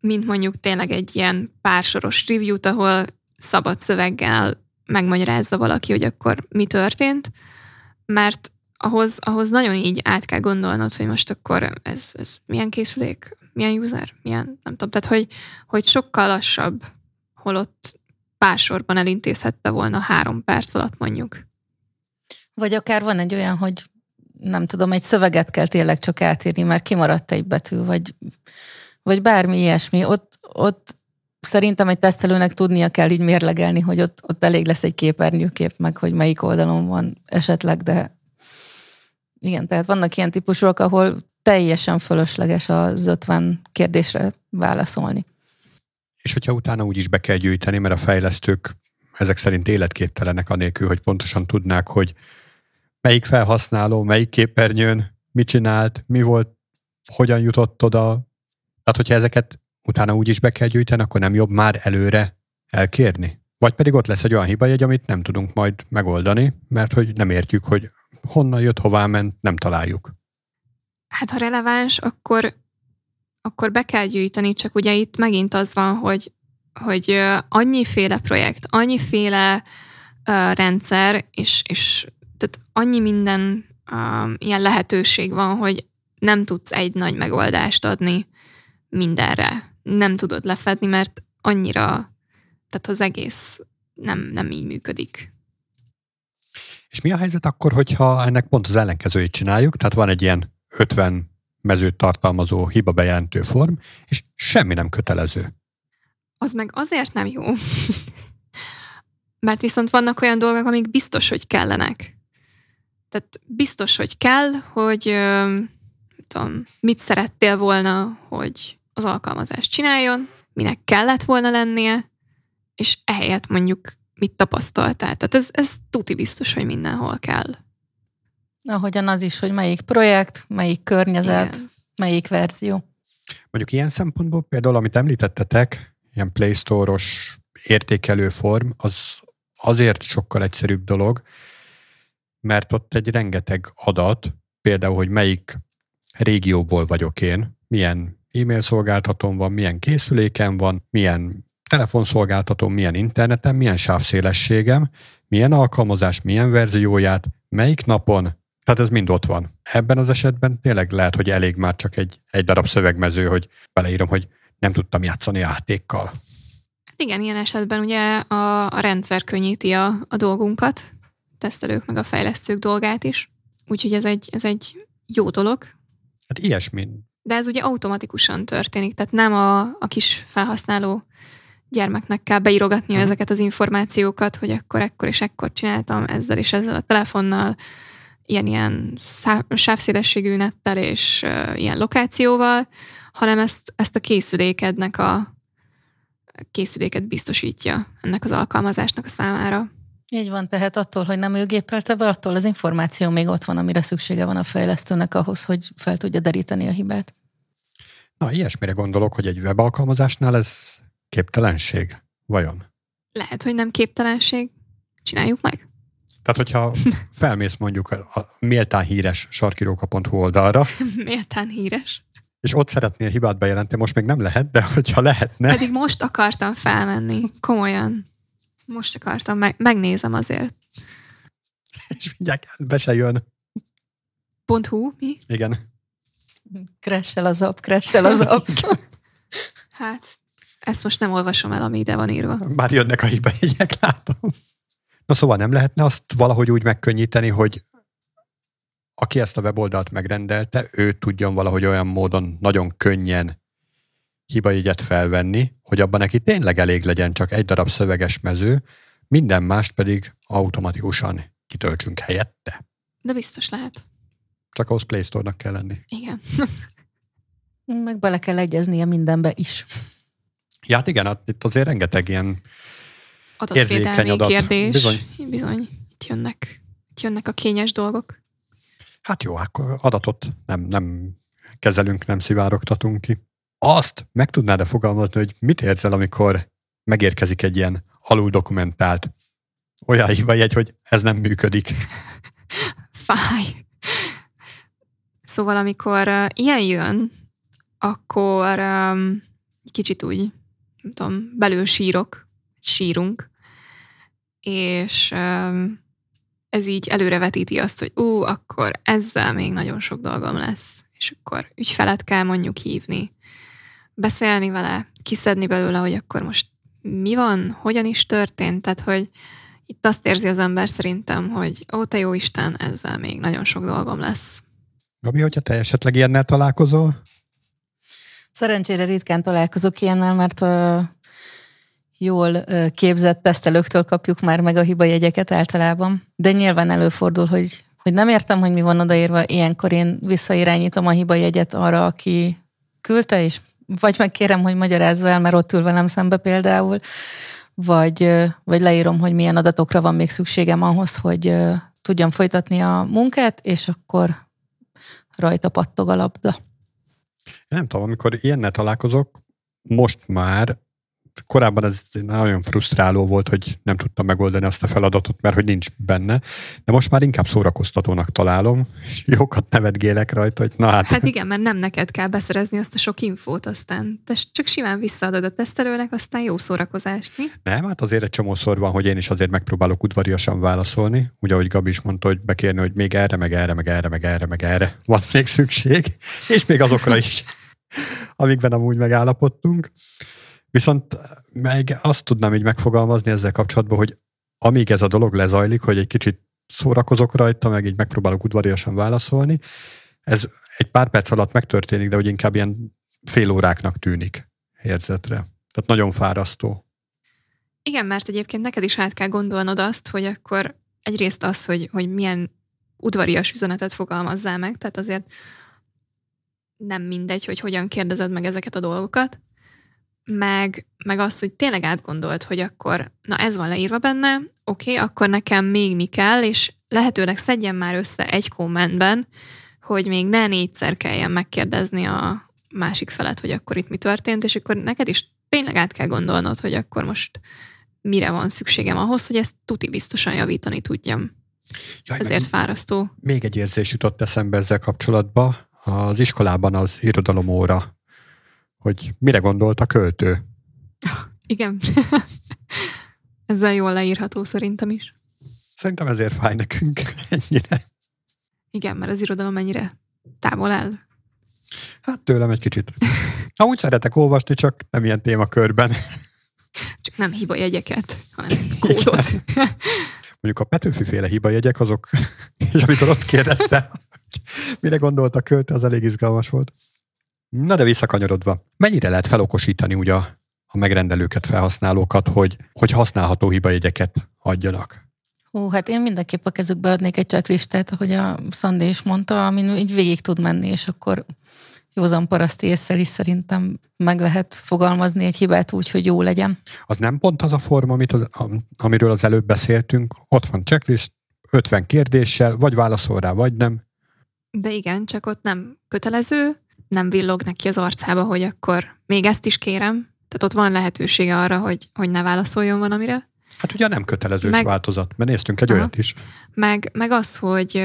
mint mondjuk tényleg egy ilyen pársoros review-t, ahol szabad szöveggel megmagyarázza valaki, hogy akkor mi történt, mert ahhoz, ahhoz nagyon így át kell gondolnod, hogy most akkor ez, ez milyen készülék, milyen user, milyen, nem tudom, tehát hogy, hogy sokkal lassabb, holott pár sorban elintézhette volna három perc alatt mondjuk. Vagy akár van egy olyan, hogy nem tudom, egy szöveget kell tényleg csak átírni, mert kimaradt egy betű, vagy, vagy bármi ilyesmi. Ott, ott szerintem egy tesztelőnek tudnia kell így mérlegelni, hogy ott, ott elég lesz egy képernyőkép, meg hogy melyik oldalon van esetleg, de igen, tehát vannak ilyen típusok, ahol teljesen fölösleges az ötven kérdésre válaszolni. És hogyha utána úgy is be kell gyűjteni, mert a fejlesztők ezek szerint életképtelenek anélkül, hogy pontosan tudnák, hogy melyik felhasználó, melyik képernyőn mit csinált, mi volt, hogyan jutott oda. Tehát, hogyha ezeket utána úgy is be kell gyűjteni, akkor nem jobb már előre elkérni? Vagy pedig ott lesz egy olyan hibajegy, amit nem tudunk majd megoldani, mert hogy nem értjük, hogy honnan jött, hová ment, nem találjuk. Hát ha releváns, akkor, akkor be kell gyűjteni, csak ugye itt megint az van, hogy, hogy annyiféle projekt, annyiféle uh, rendszer, és, és tehát annyi minden uh, ilyen lehetőség van, hogy nem tudsz egy nagy megoldást adni mindenre. Nem tudod lefedni, mert annyira, tehát az egész nem, nem így működik. És mi a helyzet akkor, hogyha ennek pont az ellenkezőjét csináljuk, tehát van egy ilyen ötven mezőt tartalmazó hiba bejelentő form, és semmi nem kötelező. Az meg azért nem jó, mert viszont vannak olyan dolgok, amik biztos, hogy kellenek. Tehát biztos, hogy kell, hogy tudom, mit szerettél volna, hogy az alkalmazást csináljon, minek kellett volna lennie, és ehelyett mondjuk mit tapasztaltál. Tehát ez, ez tuti biztos, hogy mindenhol kell. Ahogyan az is, hogy melyik projekt, melyik környezet, igen, melyik verzió. Mondjuk ilyen szempontból például, amit említettetek, ilyen Play Store-os értékelő form, az azért sokkal egyszerűbb dolog, mert ott egy rengeteg adat, például, hogy melyik régióból vagyok én, milyen e-mail szolgáltatóm van, milyen készülékem van, milyen telefonszolgáltatóm, milyen interneten, milyen sávszélességem, milyen alkalmazás, milyen verzióját, melyik napon, tehát ez mind ott van. Ebben az esetben tényleg lehet, hogy elég már csak egy, egy darab szövegmező, hogy beleírom, hogy nem tudtam játszani játékkal. Igen, ilyen esetben ugye a, a rendszer könnyíti a, a dolgunkat, tesztelők meg a fejlesztők dolgát is, úgyhogy ez egy, ez egy jó dolog. Hát ilyesmi. De ez ugye automatikusan történik, tehát nem a, a kis felhasználó gyermeknek kell beírogatnia hmm. ezeket az információkat, hogy akkor, ekkor és ekkor csináltam ezzel és ezzel a telefonnal, ilyen-ilyen sávszélességű nettel és uh, ilyen lokációval, hanem ezt, ezt a készülékednek a készüléket biztosítja ennek az alkalmazásnak a számára. Így van, tehát attól, hogy nem ő gépelte be, attól az információ még ott van, amire szüksége van a fejlesztőnek ahhoz, hogy fel tudja deríteni a hibát. Na, ilyesmire gondolok, hogy egy webalkalmazásnál ez képtelenség? Vajon? Lehet, hogy nem képtelenség. Csináljuk meg. Tehát, hogyha felmész mondjuk a méltán híres sarkiróka pont hu oldalra. Méltán híres. És ott szeretnél hibát bejelenteni, most még nem lehet, de hogyha lehetne. Pedig most akartam felmenni, komolyan. Most akartam, meg, megnézem azért. És mindjárt be se jön. .hu, mi? Igen. Crashel az app, crashel az app. Hát, ezt most nem olvasom el, ami ide van írva. Már jönnek a hibajegyek, látom. Na szóval nem lehetne azt valahogy úgy megkönnyíteni, hogy aki ezt a weboldalt megrendelte, ő tudjon valahogy olyan módon nagyon könnyen hibajegyet felvenni, hogy abban neki tényleg elég legyen csak egy darab szöveges mező, minden mást pedig automatikusan kitöltsünk helyette. De biztos lehet. Csak ahhoz Play Store-nak kell lenni. Igen. Meg bele kell egyeznie mindenbe is. Ja, hát igen, itt azért rengeteg ilyen adatvédelmi adat. kérdés. Bizony. Bizony. Itt jönnek, itt jönnek a kényes dolgok. Hát jó, akkor adatot nem, nem kezelünk, nem szivárogtatunk ki. Azt meg tudnád-e fogalmazni, hogy mit érzel, amikor megérkezik egy ilyen alul dokumentált olyan hibajegy, hogy ez nem működik? Fáj. Szóval amikor uh, ilyen jön, akkor um, kicsit úgy, nem tudom, belül sírok, sírunk, és ez így előrevetíti azt, hogy ú, akkor ezzel még nagyon sok dolgom lesz, és akkor ügyfelet kell mondjuk hívni, beszélni vele, kiszedni belőle, hogy akkor most mi van, hogyan is történt, tehát hogy itt azt érzi az ember szerintem, hogy ó, te jó Isten, ezzel még nagyon sok dolgom lesz. Gabi, hogyha te esetleg ilyennel találkozol? Szerencsére ritkán találkozok ilyennel, mert uh, jól uh, képzett tesztelőktől kapjuk már meg a hibajegyeket általában. De nyilván előfordul, hogy, hogy nem értem, hogy mi van odaírva, ilyenkor én visszairányítom a hibajegyet arra, aki küldte, és vagy megkérem, hogy magyarázza el, mert ott ül velem szembe például, vagy, vagy leírom, hogy milyen adatokra van még szükségem ahhoz, hogy uh, tudjam folytatni a munkát, és akkor rajta pattog a labda. Nem tudom, amikor ilyennel találkozok, most már, korábban ez nagyon frusztráló volt, hogy nem tudtam megoldani azt a feladatot, mert hogy nincs benne, de most már inkább szórakoztatónak találom, és jókat nevetgélek rajta, hogy na hát... Hát igen, mert nem neked kell beszerezni azt a sok infót, aztán te csak simán visszaadod a tesztelőnek, aztán jó szórakozást, mi? Nem, hát azért egy csomószor van, hogy én is azért megpróbálok udvariasan válaszolni, ugye ahogy Gabi is mondta, hogy bekérni, hogy még erre, meg erre, meg erre, meg erre, meg erre van még szükség, és még azokra is, amikben amúgy megállapodtunk. Viszont meg azt tudnám így megfogalmazni ezzel kapcsolatban, hogy amíg ez a dolog lezajlik, hogy egy kicsit szórakozok rajta, meg így megpróbálok udvariasan válaszolni, ez egy pár perc alatt megtörténik, de hogy inkább ilyen fél óráknak tűnik érzetre. Tehát nagyon fárasztó. Igen, mert egyébként neked is át kell gondolnod azt, hogy akkor egyrészt az, hogy, hogy milyen udvarias üzenetet fogalmazzál meg, tehát azért nem mindegy, hogy hogyan kérdezed meg ezeket a dolgokat, meg, meg az, hogy tényleg átgondolt, hogy akkor, na ez van leírva benne, oké, okay, akkor nekem még mi kell, és lehetőleg szedjen már össze egy kommentben, hogy még ne négyszer kelljen megkérdezni a másik felet, hogy akkor itt mi történt, és akkor neked is tényleg át kell gondolnod, hogy akkor most mire van szükségem ahhoz, hogy ezt tuti biztosan javítani tudjam. Jaj, ezért fárasztó. Még egy érzés jutott eszembe ezzel kapcsolatban. Az iskolában az irodalomóra, hogy mire gondolt a költő. Igen. Ezzel jól leírható szerintem is. Szerintem ezért fáj nekünk ennyire. Igen, mert az irodalom ennyire távol áll. Hát tőlem egy kicsit. Amúgy szeretek olvasni, csak nem ilyen témakörben. Csak nem hibajegyeket, hanem kódot. Mondjuk a Petőfi-féle hibajegyek azok, és amikor ott kérdezte, mire gondolt a költő, az elég izgalmas volt. Na de visszakanyarodva, mennyire lehet felokosítani ugye a, a megrendelőket, felhasználókat, hogy, hogy használható hibajegyeket adjanak? Hú, hát én mindenképp a kezükbe adnék egy checklistát, ahogy a Szandi is mondta, amin így végig tud menni, és akkor józan paraszti ésszel is szerintem meg lehet fogalmazni egy hibát úgy, hogy jó legyen. Az nem pont az a forma, amit az, amiről az előbb beszéltünk, ott van checklist, ötven kérdéssel, vagy válaszol rá, vagy nem. De igen, csak ott nem kötelező, nem villog neki az arcába, hogy akkor még ezt is kérem. Tehát ott van lehetősége arra, hogy, hogy ne válaszoljon valamire. Hát ugye nem kötelezős meg... változat, mert néztünk egy Aha. olyat is. Meg, meg az, hogy,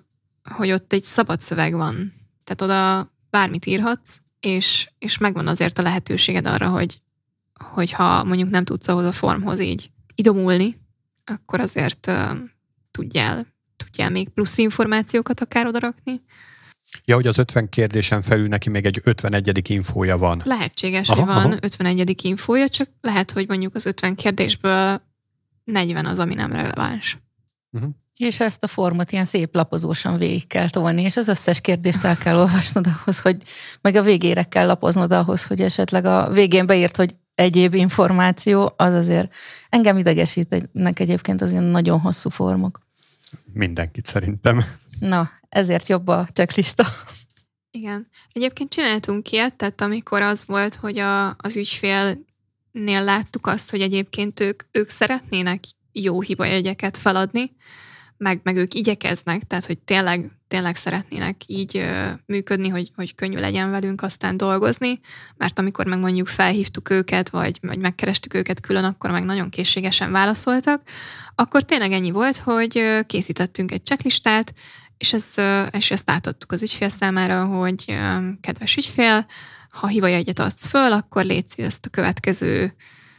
hogy ott egy szabad szöveg van. Tehát oda bármit írhatsz, és, és megvan azért a lehetőséged arra, hogy hogyha mondjuk nem tudsz ahhoz a formhoz így idomulni, akkor azért uh, tudjál, tudjál még plusz információkat akár odarakni. Ja, hogy az ötven kérdésen felül neki még egy ötvenegyedik infója van. Lehetséges, aha, hogy van aha. ötvenegyedik infója, csak lehet, hogy mondjuk az ötven kérdésből negyven az, ami nem releváns. Uh-huh. És ezt a formot ilyen szép lapozósan végig kell tolni, és az összes kérdést el kell olvasnod ahhoz, hogy meg a végére kell lapoznod ahhoz, hogy esetleg a végén beírt, hogy egyéb információ, az azért engem idegesítenek egyébként az ilyen nagyon hosszú formok. Mindenkit szerintem. Na, ezért jobb a checklista. Igen. Egyébként csináltunk ilyet, tehát amikor az volt, hogy a, az ügyfélnél láttuk azt, hogy egyébként ők, ők szeretnének jó hibajegyeket feladni, meg, meg ők igyekeznek, tehát hogy tényleg, tényleg szeretnének így ö, működni, hogy, hogy könnyű legyen velünk aztán dolgozni, mert amikor meg mondjuk felhívtuk őket, vagy, vagy megkerestük őket külön, akkor meg nagyon készségesen válaszoltak, akkor tényleg ennyi volt, hogy ö, készítettünk egy checklistát, és, ez, ö, és ezt átadtuk az ügyfél számára, hogy ö, kedves ügyfél, ha hibajegyet adsz föl, akkor légy ezt a következő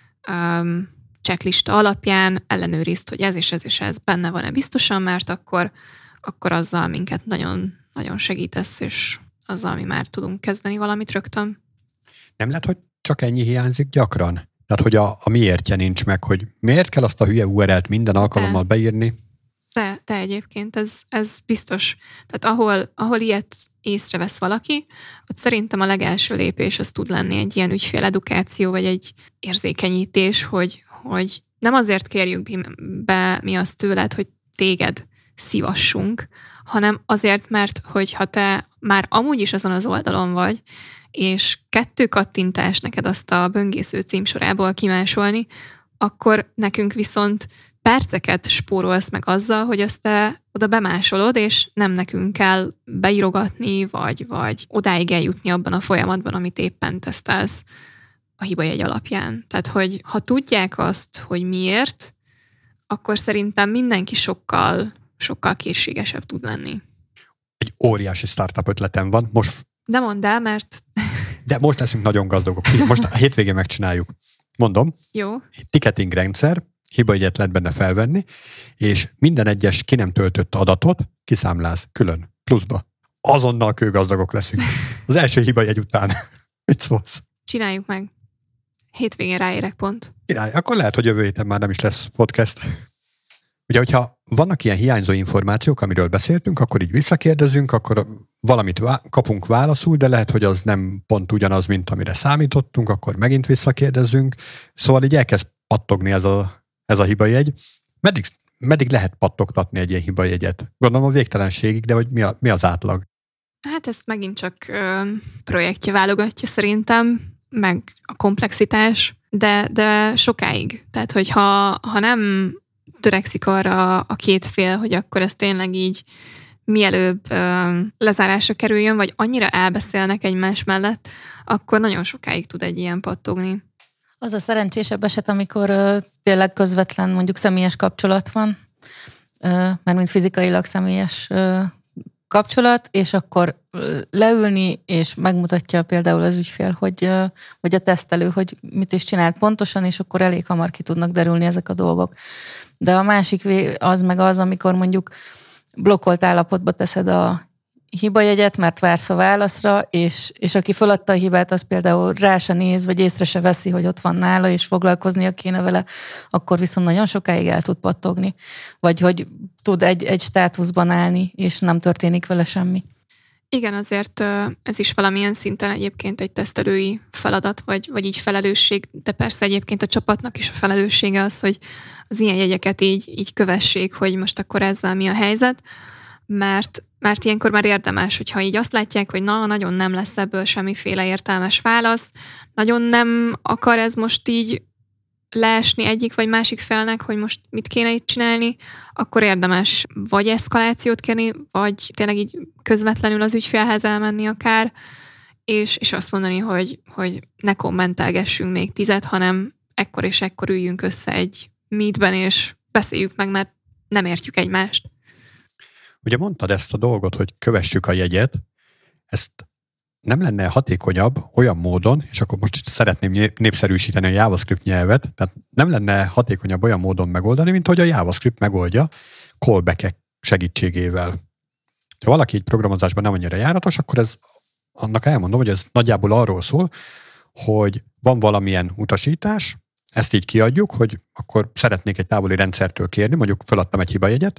um, checklista alapján ellenőrizd, hogy ez és ez és ez benne van-e biztosan, mert akkor, akkor azzal minket nagyon, nagyon segítesz, és azzal mi már tudunk kezdeni valamit rögtön. Nem lehet, hogy csak ennyi hiányzik gyakran? Tehát, hogy a, a miértje nincs meg, hogy miért kell azt a hülye u er el-t minden alkalommal de, beírni? De, de egyébként ez, ez biztos. Tehát ahol, ahol ilyet észrevesz valaki, ott szerintem a legelső lépés az tud lenni egy ilyen ügyféledukáció, vagy egy érzékenyítés, hogy, hogy nem azért kérjük be mi azt tőled, hogy téged szívassunk, hanem azért, mert hogyha te már amúgy is azon az oldalon vagy, és kettő kattintás neked azt a böngésző címsorából kimásolni, akkor nekünk viszont perceket spórolsz meg azzal, hogy azt te oda bemásolod, és nem nekünk kell beírogatni, vagy, vagy odáig eljutni abban a folyamatban, amit éppen tesztelsz a hibajegy alapján. Tehát, hogy ha tudják azt, hogy miért, akkor szerintem mindenki sokkal, sokkal készségesebb tud lenni. Egy óriási startup ötletem van. Most... De mondd el, mert... De most leszünk nagyon gazdagok. Most a hétvégén megcsináljuk. Mondom. Jó. Ticketing rendszer, hibajegyet lehet benne felvenni, és minden egyes ki nem töltött adatot kiszámláz külön, pluszba. Azonnal kőgazdagok leszünk. Az első hibajegy után. Mit szólsz? Csináljuk meg. Hétvégén ráérek pont. Király, akkor lehet, hogy jövő héten már nem is lesz podcast. Ugye, hogyha vannak ilyen hiányzó információk, amiről beszéltünk, akkor így visszakérdezünk, akkor valamit vá- kapunk válaszul, de lehet, hogy az nem pont ugyanaz, mint amire számítottunk, akkor megint visszakérdezünk. Szóval így elkezd pattogni ez a, ez a hibajegy. Meddig, meddig lehet pattogtatni egy ilyen hibajegyet? Gondolom a végtelenségig, de hogy mi, a, mi az átlag? Hát ezt megint csak ö, projektje válogatja szerintem, meg a komplexitás, de, de sokáig. Tehát, hogy ha, ha nem törekszik arra a két fél, hogy akkor ez tényleg így mielőbb ö, lezárásra kerüljön, vagy annyira elbeszélnek egymás mellett, akkor nagyon sokáig tud egy ilyen pattogni. Az a szerencsésebb eset, amikor ö, tényleg közvetlen, mondjuk személyes kapcsolat van, ö, mert mint fizikailag személyes ö, kapcsolat, és akkor leülni, és megmutatja például az ügyfél, hogy, vagy a tesztelő, hogy mit is csinált pontosan, és akkor elég hamar ki tudnak derülni ezek a dolgok. De a másik az meg az, amikor mondjuk blokkolt állapotba teszed a hibajegyet, mert vársz a válaszra, és, és aki feladta a hibát, az például rá se néz, vagy észre se veszi, hogy ott van nála, és foglalkoznia kéne vele, akkor viszont nagyon sokáig el tud pattogni. Vagy hogy tud egy, egy státuszban állni, és nem történik vele semmi. Igen, azért ez is valamilyen szinten egyébként egy tesztelői feladat, vagy, vagy így felelősség, de persze egyébként a csapatnak is a felelőssége az, hogy az ilyen jegyeket így, így kövessék, hogy most akkor ezzel mi a helyzet, mert, mert ilyenkor már érdemes, hogyha így azt látják, hogy na, nagyon nem lesz ebből semmiféle értelmes válasz, nagyon nem akar ez most így leesni egyik vagy másik felnek, hogy most mit kéne itt csinálni, akkor érdemes vagy eszkalációt kérni, vagy tényleg így közvetlenül az ügyfélhez elmenni akár, és, és azt mondani, hogy, hogy ne kommentelgessünk még tizet, hanem ekkor és ekkor üljünk össze egy meetben, és beszéljük meg, mert nem értjük egymást. Ugye mondtad ezt a dolgot, hogy kövessük a jegyet, ezt nem lenne hatékonyabb olyan módon, és akkor most szeretném népszerűsíteni a JavaScript nyelvet, tehát nem lenne hatékonyabb olyan módon megoldani, mint hogy a JavaScript megoldja callback-ek segítségével. Ha valaki így programozásban nem annyira járatos, akkor ez, annak elmondom, hogy ez nagyjából arról szól, hogy van valamilyen utasítás, ezt így kiadjuk, hogy akkor szeretnék egy távoli rendszertől kérni, mondjuk feladtam egy hibajegyet,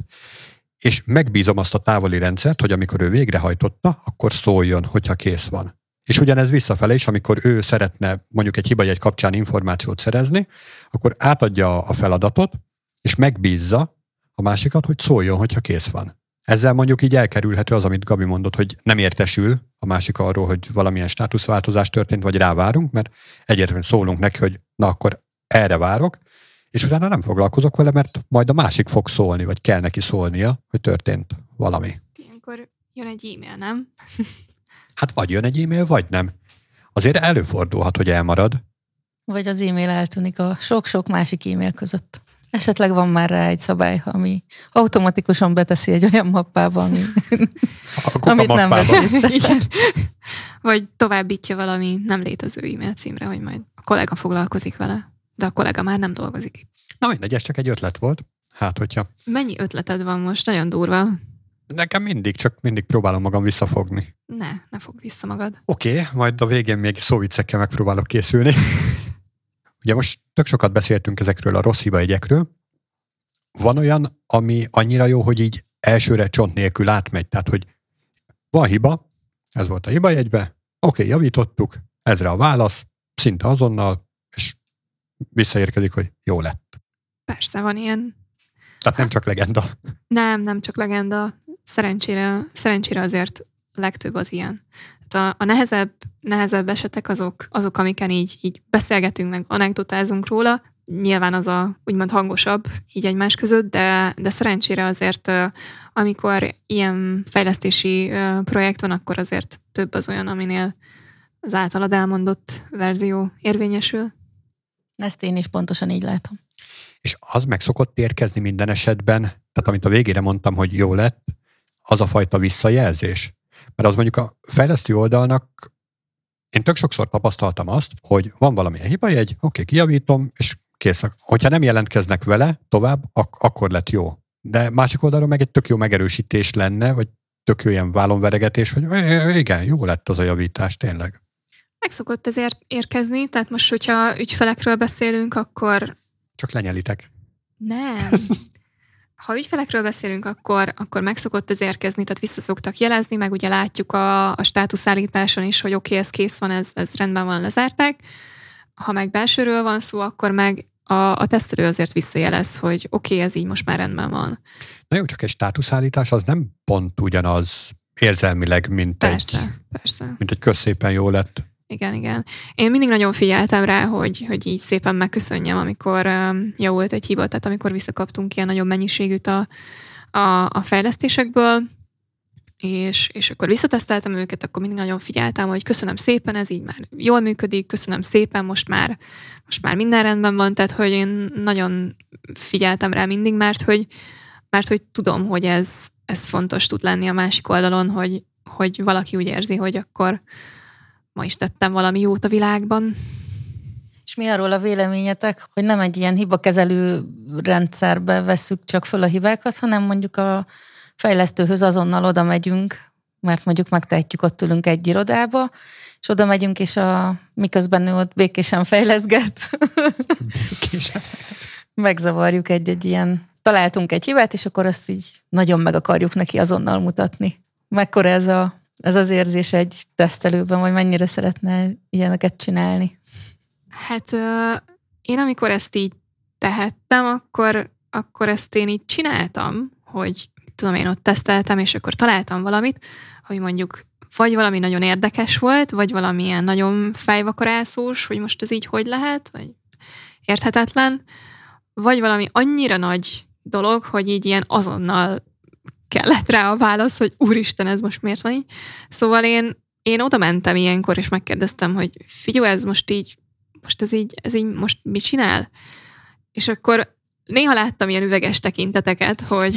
és megbízom azt a távoli rendszert, hogy amikor ő végrehajtotta, akkor szóljon, hogyha kész van. És ugyanez visszafele is, amikor ő szeretne mondjuk egy hibajegy kapcsán információt szerezni, akkor átadja a feladatot, és megbízza a másikat, hogy szóljon, hogyha kész van. Ezzel mondjuk így elkerülhető az, amit Gabi mondott, hogy nem értesül a másik arról, hogy valamilyen státuszváltozás történt, vagy rávárunk, mert egyértelműen szólunk neki, hogy na akkor erre várok, és utána nem foglalkozok vele, mert majd a másik fog szólni, vagy kell neki szólnia, hogy történt valami. Ilyenkor jön egy e-mail, nem? Hát vagy jön egy e-mail, vagy nem. Azért előfordulhat, hogy elmarad. Vagy az e-mail eltűnik a sok-sok másik e-mail között. Esetleg van már rá egy szabály, ami automatikusan beteszi egy olyan mappába, ami, amit nem vesz észre. vagy továbbítja valami nem létező e-mail címre, hogy majd a kollega foglalkozik vele, de a kollega már nem dolgozik itt. Na mindegy, ez csak egy ötlet volt. Hát, hogyha... Mennyi ötleted van most? Nagyon durva. Nekem mindig, csak mindig próbálom magam visszafogni. Ne, ne fogd vissza magad. Oké, okay, majd a végén még szóviccekkel megpróbálok készülni. Ugye most tök sokat beszéltünk ezekről a rossz hibajegyekről. Van olyan, ami annyira jó, hogy így elsőre csont nélkül átmegy. Tehát, hogy van hiba, ez volt a hibajegybe, oké, okay, javítottuk, ezre a válasz, szinte azonnal, és visszaérkezik, hogy jó lett. Persze, van ilyen. Tehát nem csak legenda. Nem, nem csak legenda. Szerencsére, szerencsére azért legtöbb az ilyen. Tehát a, a nehezebb, nehezebb esetek azok, azok, amiken így, így beszélgetünk, meg anekdotázunk róla. Nyilván az a úgymond hangosabb így egymás között, de, de szerencsére azért, amikor ilyen fejlesztési projekt van, akkor azért több az olyan, aminél az általad elmondott verzió érvényesül. Ezt én is pontosan így látom. És az meg szokott érkezni minden esetben, tehát amit a végére mondtam, hogy jó lett, az a fajta visszajelzés. Mert az mondjuk a fejlesztő oldalnak, én tök sokszor tapasztaltam azt, hogy van valamilyen hibajegy, oké, okay, kijavítom, és kész. Hogyha nem jelentkeznek vele tovább, ak- akkor lett jó. De másik oldalról meg egy tök jó megerősítés lenne, vagy tök jó ilyen vállonveregetés, hogy igen, jó lett az a javítás, tényleg. Meg szokott ezért érkezni, tehát most, hogyha ügyfelekről beszélünk, akkor... Csak lenyelitek. Nem. Ha ügyfelekről beszélünk, akkor, akkor meg szokott ez érkezni, tehát vissza szoktak jelezni, meg ugye látjuk a, a státuszállításon is, hogy oké, okay, ez kész van, ez, ez rendben van, lezárták. Ha meg belsőről van szó, akkor meg a, a tesztelő azért visszajelez, hogy oké, okay, ez így most már rendben van. Na jó, csak egy státuszállítás az nem pont ugyanaz érzelmileg, mint persze, egy, persze. mint egy közszépen jó lett. Igen, igen. Én mindig nagyon figyeltem rá, hogy, hogy így szépen megköszönjem, amikor um, javult egy hiba, tehát amikor visszakaptunk ilyen nagyobb mennyiségűt a, a, a fejlesztésekből, és, és akkor visszateszteltem őket, akkor mindig nagyon figyeltem, hogy köszönöm szépen, ez így már jól működik, köszönöm szépen, most már, most már minden rendben van, tehát hogy én nagyon figyeltem rá mindig, mert hogy, mert hogy tudom, hogy ez, ez fontos tud lenni a másik oldalon, hogy, hogy valaki úgy érzi, hogy akkor ma is tettem valami jót a világban. És mi arról a véleményetek, hogy nem egy ilyen hibakezelő rendszerbe vesszük csak föl a hibákat, hanem mondjuk a fejlesztőhöz azonnal oda megyünk, mert mondjuk megtehetjük, ott ülünk egy irodába, és oda megyünk, és a, miközben ő ott békésen fejleszget, Békésen. megzavarjuk egy-egy ilyen, találtunk egy hibát, és akkor azt így nagyon meg akarjuk neki azonnal mutatni. Mekkora ez a Ez az érzés egy tesztelőben, vagy mennyire szeretne ilyeneket csinálni? Hát uh, én amikor ezt így tehettem, akkor, akkor ezt én így csináltam, hogy tudom, én ott teszteltem, és akkor találtam valamit, hogy mondjuk vagy valami nagyon érdekes volt, vagy valamilyen nagyon fejvakarászós, hogy most ez így hogy lehet, vagy érthetetlen, vagy valami annyira nagy dolog, hogy így ilyen azonnal kellett rá a válasz, hogy úristen, ez most miért van így. Szóval én, én oda mentem ilyenkor, és megkérdeztem, hogy figyelj, ez most így, most ez így, ez így most mit csinál? És akkor néha láttam ilyen üveges tekinteteket, hogy,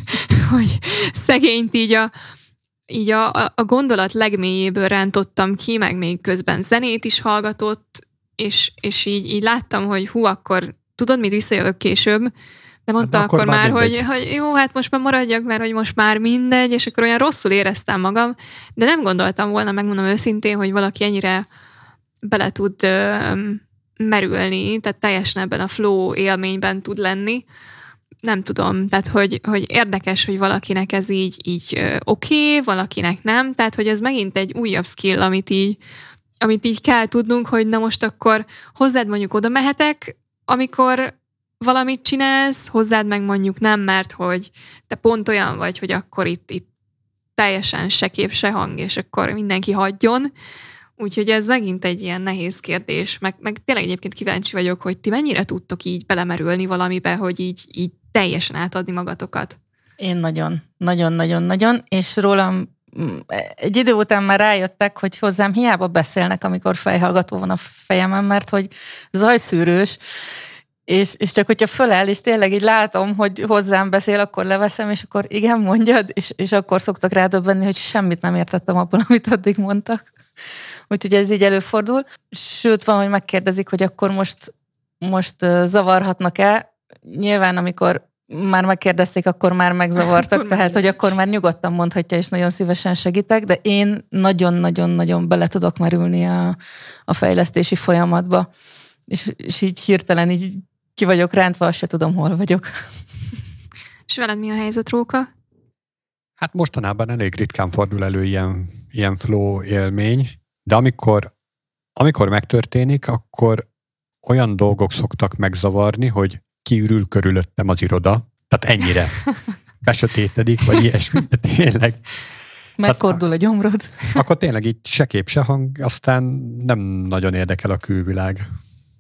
hogy szegényt így a, így a, a gondolat legmélyéből rántottam ki, meg még közben zenét is hallgatott, és, és így, így láttam, hogy hú, akkor tudod, mit, visszajövök később, de mondta hát, akkor, akkor már, hogy, hogy jó, hát most már maradjak, mert hogy most már mindegy, és akkor olyan rosszul éreztem magam, de nem gondoltam volna, megmondom őszintén, hogy valaki ennyire bele tud ö, merülni, tehát teljesen ebben a flow élményben tud lenni. Nem tudom, tehát hogy, hogy érdekes, hogy valakinek ez így, így oké, okay, valakinek nem, tehát hogy ez megint egy újabb skill, amit így, amit így kell tudnunk, hogy na most akkor hozzád mondjuk oda mehetek, amikor valamit csinálsz, hozzád meg mondjuk nem, mert hogy te pont olyan vagy, hogy akkor itt, itt teljesen se kép, se hang, és akkor mindenki hagyjon. Úgyhogy ez megint egy ilyen nehéz kérdés, meg, meg tényleg egyébként kíváncsi vagyok, hogy ti mennyire tudtok így belemerülni valamibe, hogy így, így teljesen átadni magatokat. Én nagyon, nagyon-nagyon-nagyon, és rólam egy idő után már rájöttek, hogy hozzám hiába beszélnek, amikor fejhallgató van a fejemen, mert hogy zajszűrős, És, és csak hogyha föláll, és tényleg így látom, hogy hozzám beszél, akkor leveszem, és akkor igen, mondjad, és, és akkor szoktak rádöbbenni, hogy semmit nem értettem abból, amit addig mondtak. Úgyhogy ez így előfordul. Sőt, van, hogy megkérdezik, hogy akkor most, most zavarhatnak-e. Nyilván, amikor már megkérdezték, akkor már megzavartak, tehát, hogy akkor már nyugodtan mondhatja, és nagyon szívesen segítek, de én nagyon-nagyon-nagyon bele tudok merülni a, a fejlesztési folyamatba. És, és így hirtelen így ki vagyok rántva, azt se tudom, hol vagyok. És veled mi a helyzet, Róka? Hát mostanában elég ritkán fordul elő ilyen, ilyen flow élmény, de amikor, amikor megtörténik, akkor olyan dolgok szoktak megzavarni, hogy kiürül körülöttem az iroda, tehát ennyire besötétedik, vagy ilyesmi, de tényleg. Megkordul a gyomrod. Akkor tényleg így se kép, se hang, aztán nem nagyon érdekel a külvilág.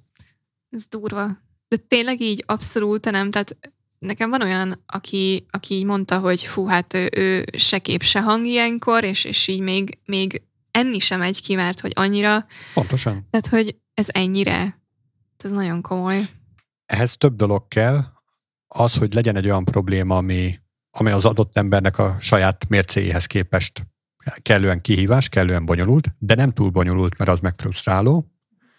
Ez durva. De tényleg így abszolút nem, tehát nekem van olyan, aki, aki így mondta, hogy fú, hát ő, ő se kép, se hang ilyenkor, és, és így még, még enni sem megy ki, mert hogy annyira... Pontosan. Tehát, hogy ez ennyire. Ez nagyon komoly. Ehhez több dolog kell. Az, hogy legyen egy olyan probléma, ami, ami az adott embernek a saját mércéjéhez képest kellően kihívás, kellően bonyolult, de nem túl bonyolult, mert az megfrusztráló.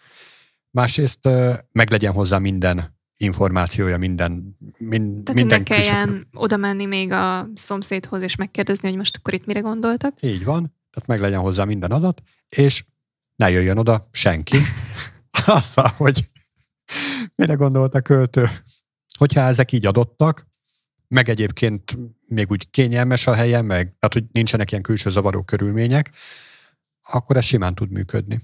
Másrészt meg legyen hozzá minden információja, minden, mind, Tehát, minden hogy ne kelljen oda menni még a szomszédhoz, és megkérdezni, hogy most akkor itt mire gondoltak. Így van, tehát meg legyen hozzá minden adat, és ne jöjjön oda senki. Azzal, hogy mire gondolt a költő. Hogyha ezek így adottak, meg egyébként még úgy kényelmes a helye, meg tehát, hogy nincsenek ilyen külső zavaró körülmények, akkor ez simán tud működni.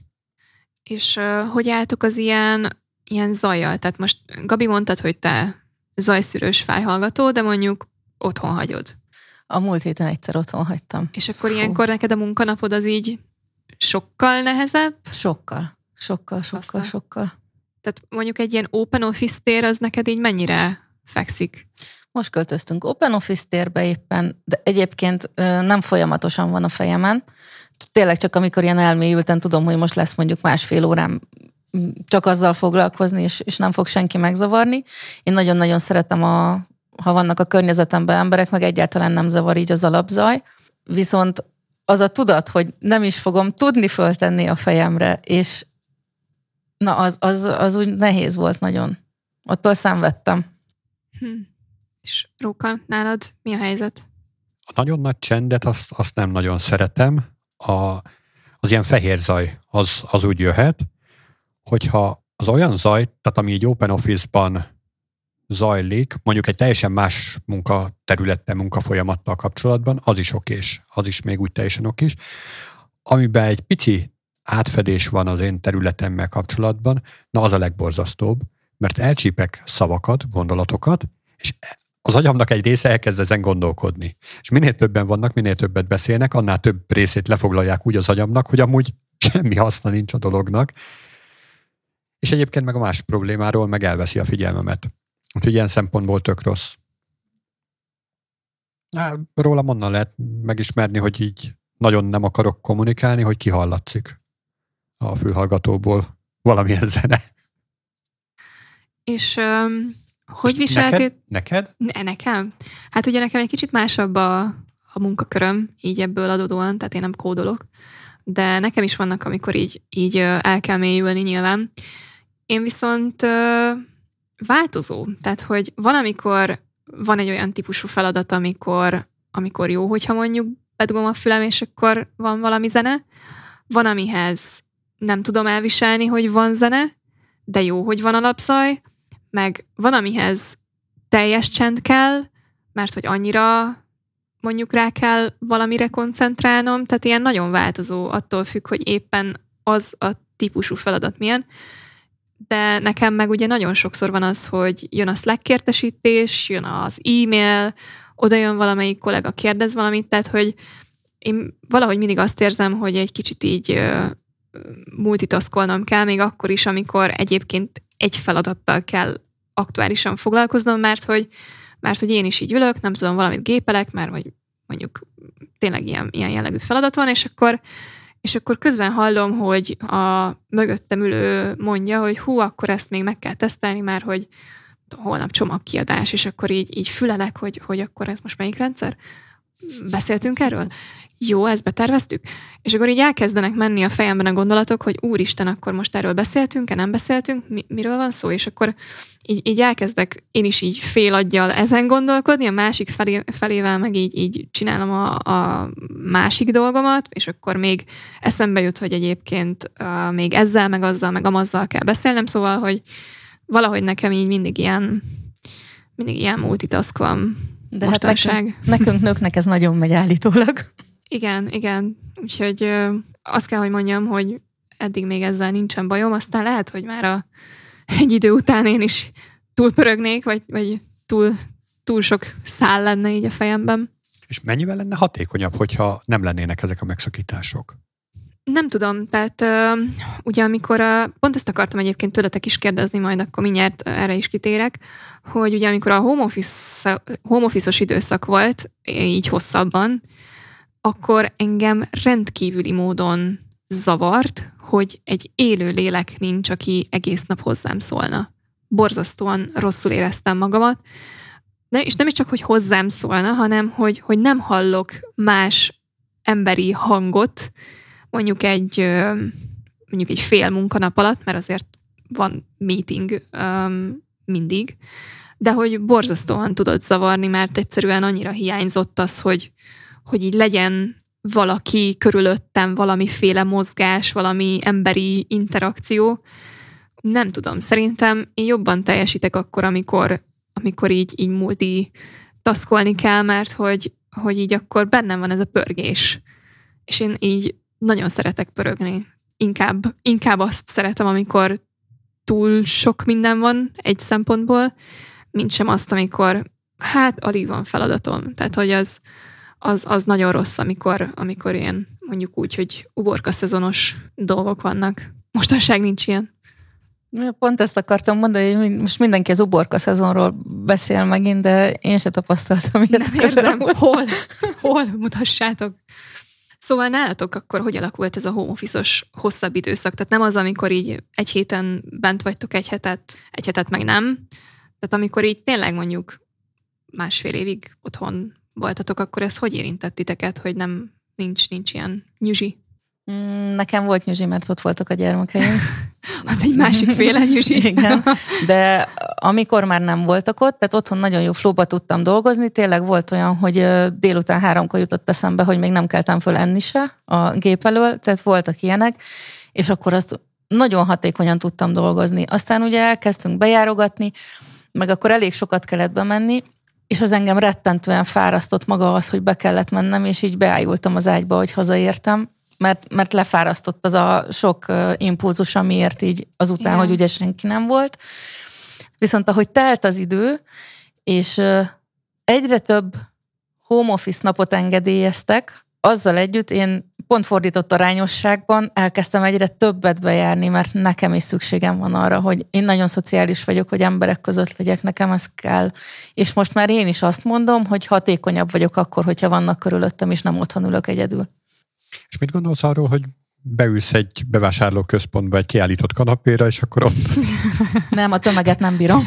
És uh, hogy álltok az ilyen, ilyen zajjal? Tehát most Gabi mondtad, hogy te zajszűrős fájhallgató, de mondjuk otthon hagyod. A múlt héten egyszer otthon hagytam. És akkor Fú. Ilyenkor neked a munkanapod az így sokkal nehezebb? Sokkal. Sokkal, sokkal, Aztán. sokkal. Tehát mondjuk egy ilyen open office tér, az neked így mennyire fekszik? Most költöztünk open office térbe éppen, de egyébként nem folyamatosan van a fejemen. Tényleg csak amikor ilyen elmélyülten tudom, hogy most lesz mondjuk másfél órám csak azzal foglalkozni, és, és nem fog senki megzavarni. Én nagyon-nagyon szeretem, a, ha vannak a környezetemben emberek, meg egyáltalán nem zavar így az alapzaj. Viszont az a tudat, hogy nem is fogom tudni föltenni a fejemre, és na, az, az, az úgy nehéz volt nagyon. Attól szenvedtem. Hm. És Róka, nálad mi a helyzet? A nagyon nagy csendet azt, azt nem nagyon szeretem. A, az ilyen fehér zaj az, az úgy jöhet, hogyha az olyan zaj, tehát ami így open office-ban zajlik, mondjuk egy teljesen más munkaterülettel, munkafolyamattal kapcsolatban, az is okés, az is még úgy teljesen okés. Amiben egy pici átfedés van az én területemmel kapcsolatban, na az a legborzasztóbb, mert elcsípek szavakat, gondolatokat, és az agyamnak egy része elkezd ezen gondolkodni. És minél többen vannak, minél többet beszélnek, annál több részét lefoglalják úgy az agyamnak, hogy amúgy semmi haszna nincs a dolognak. És egyébként meg a más problémáról meg elveszi a figyelmemet. Úgyhogy ilyen szempontból tök rossz. Rólam onnan lehet megismerni, hogy így nagyon nem akarok kommunikálni, hogy kihallatszik a fülhallgatóból valamilyen zene. És um, hogy és viselkedsz? Neked? neked? Ne, nekem? Hát ugye nekem egy kicsit másabb a, a munkaköröm, így ebből adódóan, tehát én nem kódolok, de nekem is vannak, amikor így, így el kell mélyülni nyilván. Én viszont ö, változó, tehát hogy van, amikor van egy olyan típusú feladat, amikor, amikor jó, hogyha mondjuk bedugom a fülem, és akkor van valami zene. Van, amihez nem tudom elviselni, hogy van zene, de jó, hogy van alapzaj, meg van, amihez teljes csend kell, mert hogy annyira mondjuk rá kell valamire koncentrálnom, tehát ilyen nagyon változó, attól függ, hogy éppen az a típusú feladat milyen. De nekem meg ugye nagyon sokszor van az, hogy jön a Slack értesítés, jön az e-mail, oda jön valamelyik kollega, kérdez valamit, tehát hogy én valahogy mindig azt érzem, hogy egy kicsit így uh, multitaskolnom kell, még akkor is, amikor egyébként egy feladattal kell aktuálisan foglalkoznom, mert hogy, mert hogy én is így ülök, nem tudom, valamit gépelek, mert hogy mondjuk tényleg ilyen, ilyen jellegű feladat van, és akkor, és akkor közben hallom, hogy a mögöttem ülő mondja, hogy hú, akkor ezt még meg kell tesztelni, mert hogy holnap csomagkiadás, és akkor így, így fülelek, hogy, hogy akkor ez most melyik rendszer? Beszéltünk erről? Jó, ezt beterveztük? És akkor így elkezdenek menni a fejemben a gondolatok, hogy úristen, akkor most erről beszéltünk-e, nem beszéltünk, mi, miről van szó? És akkor így, így elkezdek én is így félaggyal ezen gondolkodni, a másik felé, felével meg így, így csinálom a, a másik dolgomat, és akkor még eszembe jut, hogy egyébként uh, még ezzel, meg azzal, meg amazzal kell beszélnem, szóval, hogy valahogy nekem így mindig ilyen mindig ilyen multitask van. De hát nekünk, nekünk nőknek ez nagyon megy állítólag. Igen, igen. Úgyhogy ö, azt kell, hogy mondjam, hogy eddig még ezzel nincsen bajom, aztán lehet, hogy már a, egy idő után én is túlpörögnék, vagy, vagy túl, túl sok szál lenne így a fejemben. És mennyivel lenne hatékonyabb, hogyha nem lennének ezek a megszakítások? Nem tudom, tehát uh, ugye amikor, uh, pont ezt akartam egyébként tőletek is kérdezni, majd akkor mindjárt erre is kitérek, hogy ugye amikor a home office, home office-os időszak volt, így hosszabban, akkor engem rendkívüli módon zavart, hogy egy élő lélek nincs, aki egész nap hozzám szólna. Borzasztóan rosszul éreztem magamat, de, és nem is csak, hogy hozzám szólna, hanem hogy, hogy nem hallok más emberi hangot, mondjuk egy, mondjuk egy fél munkanap alatt, mert azért van meeting um, mindig, de hogy borzasztóan tudott zavarni, mert egyszerűen annyira hiányzott az, hogy, hogy így legyen valaki körülöttem, valamiféle mozgás, valami emberi interakció. Nem tudom, szerintem én jobban teljesítek akkor, amikor, amikor így, így multitaszkolni kell, mert hogy, hogy így akkor bennem van ez a pörgés. És én így nagyon szeretek pörögni. Inkább, inkább azt szeretem, amikor túl sok minden van egy szempontból, mint sem azt, amikor hát alig van feladatom. Tehát, hogy az, az, az nagyon rossz, amikor, amikor ilyen mondjuk úgy, hogy uborka szezonos dolgok vannak. Mostanság nincs ilyen. Pont ezt akartam mondani, hogy most mindenki az uborka szezonról beszél megint, de én se tapasztaltam ilyet. Nem érzem. Hol? Hol? Mutassátok. Szóval nálatok akkor hogy alakult ez a home office-os hosszabb időszak? Tehát nem az, amikor így egy héten bent vagytok egy hetet, egy hetet meg nem. Tehát amikor így tényleg mondjuk másfél évig otthon voltatok, akkor ez hogy érintett titeket, hogy nem nincs, nincs ilyen nyüzsi? Nekem volt nyüzsi, mert ott voltak a gyermekeim. Az egy másik féle nyüzsi. Igen, de amikor már nem voltak ott, tehát otthon nagyon jó flóba tudtam dolgozni, tényleg volt olyan, hogy délután háromkor jutott eszembe, hogy még nem keltem föl enni se a gép elől, tehát voltak ilyenek, és akkor azt nagyon hatékonyan tudtam dolgozni. Aztán ugye elkezdtünk bejárogatni, meg akkor elég sokat kellett bemenni, és az engem rettentően fárasztott maga az, hogy be kellett mennem, és így beájultam az ágyba, hogy hazaértem, mert, mert lefárasztott az a sok impulzus, amiért így azután, igen, hogy ugye senki nem volt. Viszont ahogy telt az idő, és egyre több home office napot engedélyeztek, azzal együtt én pont fordított arányosságban elkezdtem egyre többet bejárni, mert nekem is szükségem van arra, hogy én nagyon szociális vagyok, hogy emberek között legyek, nekem ez kell. És most már én is azt mondom, hogy hatékonyabb vagyok akkor, hogyha vannak körülöttem, és nem otthon ülök egyedül. És mit gondolsz arról, hogy beülsz egy bevásárlóközpontba egy kiállított kanapéra, és akkor ott... Nem, a tömeget nem bírom.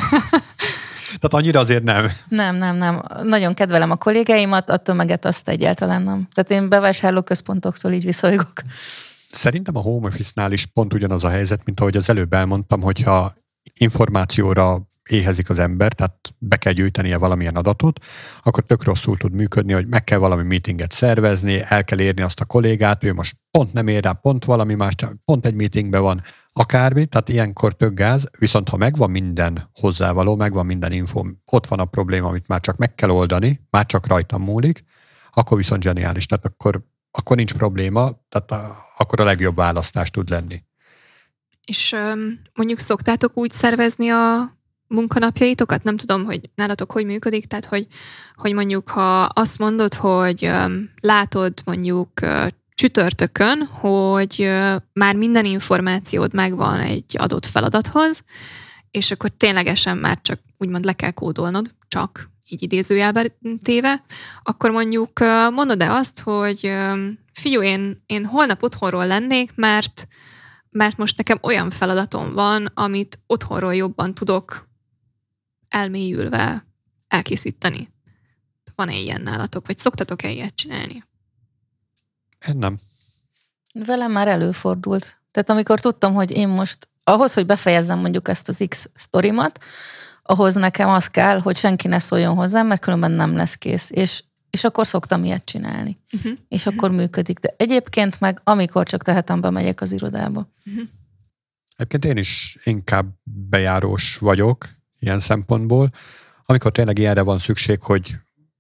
Tehát annyira azért nem. Nem, nem, nem. Nagyon kedvelem a kollégáimat, a tömeget azt egyáltalán nem. Tehát én bevásárlóközpontoktól így viszolygok. Szerintem a home office-nál is pont ugyanaz a helyzet, mint ahogy az előbb elmondtam, hogyha információra éhezik az ember, tehát be kell gyűjtenie valamilyen adatot, akkor tök rosszul tud működni, hogy meg kell valami meetinget szervezni, el kell érni azt a kollégát, ő most pont nem ér rá, pont valami más, pont egy meetingben van, akármi, tehát ilyenkor tök gáz, viszont ha megvan minden hozzávaló, megvan minden info, ott van a probléma, amit már csak meg kell oldani, már csak rajtam múlik, akkor viszont zseniális, tehát akkor, akkor nincs probléma, tehát a, akkor a legjobb választás tud lenni. És um, mondjuk szoktátok úgy szervezni a munkanapjaitokat? Nem tudom, hogy nálatok hogy működik, tehát hogy, hogy mondjuk, ha azt mondod, hogy um, látod mondjuk uh, csütörtökön, hogy uh, már minden információd megvan egy adott feladathoz, és akkor ténylegesen már csak úgymond le kell kódolnod, csak így idézőjelben téve, akkor mondjuk uh, mondod-e azt, hogy um, figyelj, én, én holnap otthonról lennék, mert, mert most nekem olyan feladatom van, amit otthonról jobban tudok elmélyülve elkészíteni. Van-e ilyen nálatok, vagy szoktatok-e ilyet csinálni? Én nem. Velem már előfordult. Tehát amikor tudtam, hogy én most ahhoz, hogy befejezzem mondjuk ezt az X sztorimat, ahhoz nekem az kell, hogy senki ne szóljon hozzám, mert különben nem lesz kész. És, és akkor szoktam ilyet csinálni. Uh-huh. És uh-huh. akkor működik. De egyébként meg amikor csak tehetem, bemegyek az irodába. Uh-huh. Egyébként én is inkább bejárós vagyok ilyen szempontból. Amikor tényleg ilyenre van szükség, hogy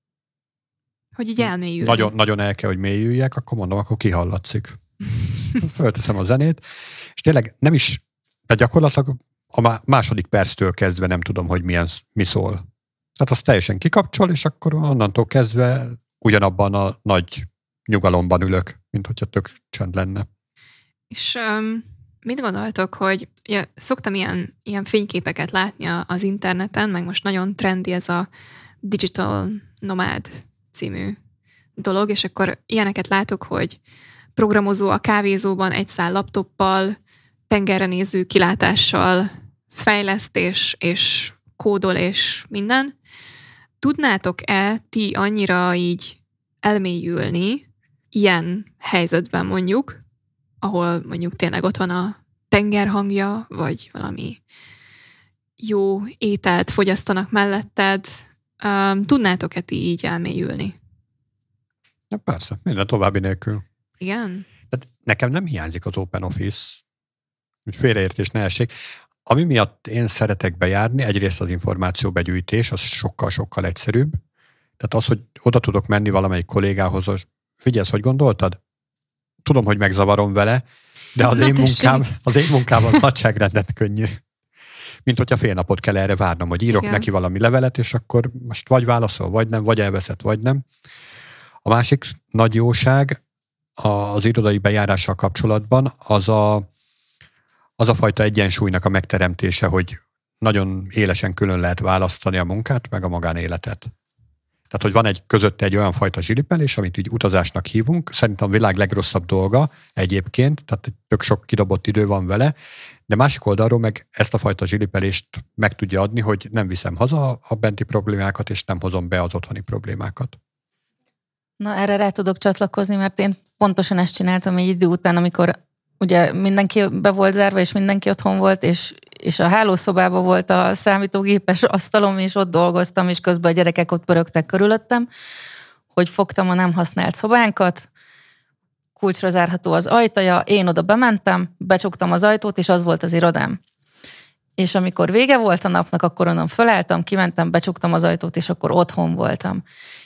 hogy így elmélyülni. Nagyon, nagyon el kell, hogy mélyüljek, akkor mondom, akkor kihallatszik. Fölteszem a zenét, és tényleg nem is, de gyakorlatilag a második perctől kezdve nem tudom, hogy milyen, mi szól. Tehát azt teljesen kikapcsol, és akkor onnantól kezdve ugyanabban a nagy nyugalomban ülök, mint hogyha tök csend lenne. És um, mit gondoltok, hogy ja, szoktam ilyen, ilyen fényképeket látni az interneten, meg most nagyon trendi ez a digital nomád című dolog, és akkor ilyeneket látok, hogy programozó a kávézóban egy szál laptoppal, tengerre néző kilátással fejlesztés és kódol és minden. Tudnátok-e ti annyira így elmélyülni ilyen helyzetben mondjuk, ahol mondjuk tényleg ott van a tenger hangja, vagy valami jó ételt fogyasztanak melletted, Um, tudnátok-e ti így elmélyülni? Na persze, minden további nélkül. Igen? Tehát nekem nem hiányzik az Open Office, hogy félreértés ne essék. Ami miatt én szeretek bejárni, egyrészt az információbegyűjtés, az sokkal-sokkal egyszerűbb. Tehát az, hogy oda tudok menni valamelyik kollégához, hogy figyelj, hogy gondoltad? Tudom, hogy megzavarom vele, de az, én munkám, az én munkám az nagyságrendet könnyű. Mint hogyha fél napot kell erre várnom, hogy írok Igen. neki valami levelet, és akkor most vagy válaszol, vagy nem, vagy elveszett, vagy nem. A másik nagy jóság az irodai bejárással kapcsolatban az a, az a fajta egyensúlynak a megteremtése, hogy nagyon élesen külön lehet választani a munkát, meg a magánéletet. Tehát, hogy van egy közötte egy olyan fajta zsilipelés, amit így utazásnak hívunk, szerintem a világ legrosszabb dolga egyébként, tehát tök sok kidobott idő van vele, de másik oldalról meg ezt a fajta zsilipelést meg tudja adni, hogy nem viszem haza a benti problémákat, és nem hozom be az otthoni problémákat. Na, erre rá tudok csatlakozni, mert én pontosan ezt csináltam egy idő után, amikor ugye mindenki be volt zárva, és mindenki otthon volt, és, és a hálószobában volt a számítógépes asztalom, és ott dolgoztam, és közben a gyerekek ott pörögtek körülöttem, hogy fogtam a nem használt szobánkat, kulcsra zárható az ajtaja, én oda bementem, becsuktam az ajtót, és az volt az irodám. És amikor vége volt a napnak, akkor onnan fölálltam, kimentem, becsuktam az ajtót, és akkor otthon voltam.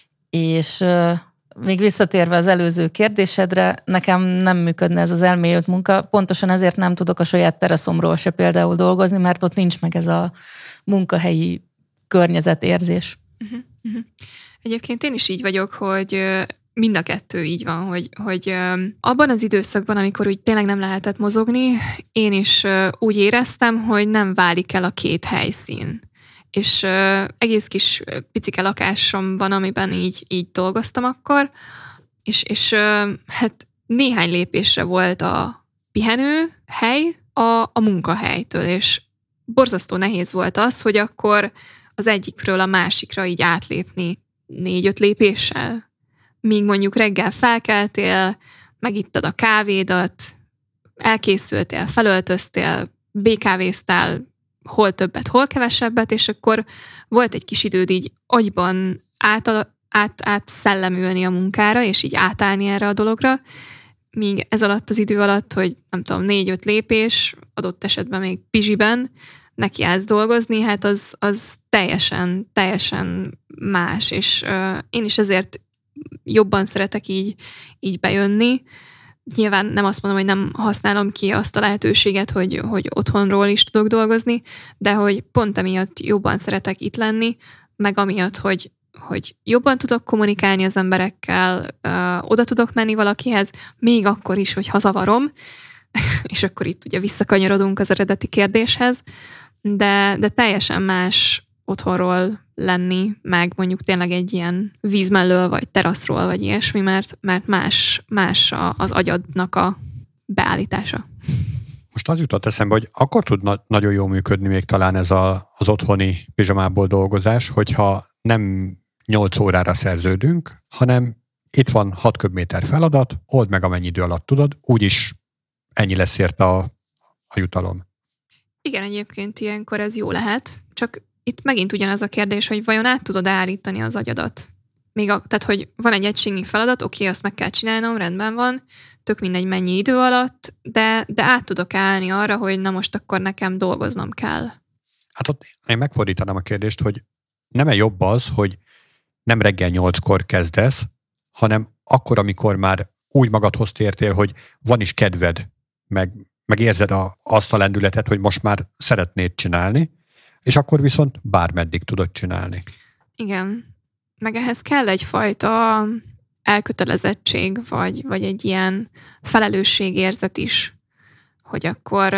És euh, még visszatérve az előző kérdésedre, nekem nem működne ez az elmélyült munka, pontosan ezért nem tudok a saját teraszomról se például dolgozni, mert ott nincs meg ez a munkahelyi környezetérzés. Uh-huh, uh-huh. Egyébként én is így vagyok, hogy mind a kettő így van, hogy, hogy abban az időszakban, amikor úgy tényleg nem lehetett mozogni, én is úgy éreztem, hogy nem válik el a két helyszín. És egész kis picike lakásom van, amiben így, így dolgoztam akkor, és, és hát néhány lépésre volt a pihenő hely a, a munkahelytől, és borzasztó nehéz volt az, hogy akkor az egyikről a másikra így átlépni négy-öt lépéssel. Míg mondjuk reggel felkeltél, megittad a kávédat, elkészültél, felöltöztél, békávéztál, hol többet, hol kevesebbet, és akkor volt egy kis időd így agyban át, át, át szellemülni a munkára, és így átállni erre a dologra, míg ez alatt az idő alatt, hogy nem tudom, négy-öt lépés, adott esetben még pizsiben neki állsz dolgozni, hát az, az teljesen, teljesen más, és uh, én is ezért jobban szeretek így, így bejönni. Nyilván nem azt mondom, hogy nem használom ki azt a lehetőséget, hogy, hogy otthonról is tudok dolgozni, de hogy pont emiatt jobban szeretek itt lenni, meg amiatt, hogy, hogy jobban tudok kommunikálni az emberekkel, ö, oda tudok menni valakihez, még akkor is, hogy hazavarom, és akkor itt ugye visszakanyarodunk az eredeti kérdéshez, de, de teljesen más otthonról lenni, meg mondjuk tényleg egy ilyen víz mellől, vagy teraszról, vagy ilyesmi, mert, mert más, más az agyadnak a beállítása. Most az jutott eszembe, hogy akkor tud na- nagyon jól működni még talán ez a, az otthoni pizsamából dolgozás, hogyha nem nyolc órára szerződünk, hanem itt van hat köbméter feladat, old meg amennyi idő alatt tudod, úgyis ennyi lesz érte a, a jutalom. Igen, egyébként ilyenkor ez jó lehet, csak itt megint ugyanaz a kérdés, hogy vajon át tudod állítani az agyadat. Még a, tehát, hogy van egy egységnyi feladat, oké, azt meg kell csinálnom, rendben van, tök mindegy mennyi idő alatt, de, de át tudok állni arra, hogy na most akkor nekem dolgoznom kell. Hát ott én megfordítanám a kérdést, hogy nem-e jobb az, hogy nem reggel nyolckor kezdesz, hanem akkor, amikor már úgy magadhoz tértél, hogy van is kedved, meg, meg érzed a, azt a lendületet, hogy most már szeretnéd csinálni, és akkor viszont bármeddig tudod csinálni. Igen. Meg ehhez kell egyfajta elkötelezettség, vagy, vagy egy ilyen felelősségérzet is, hogy akkor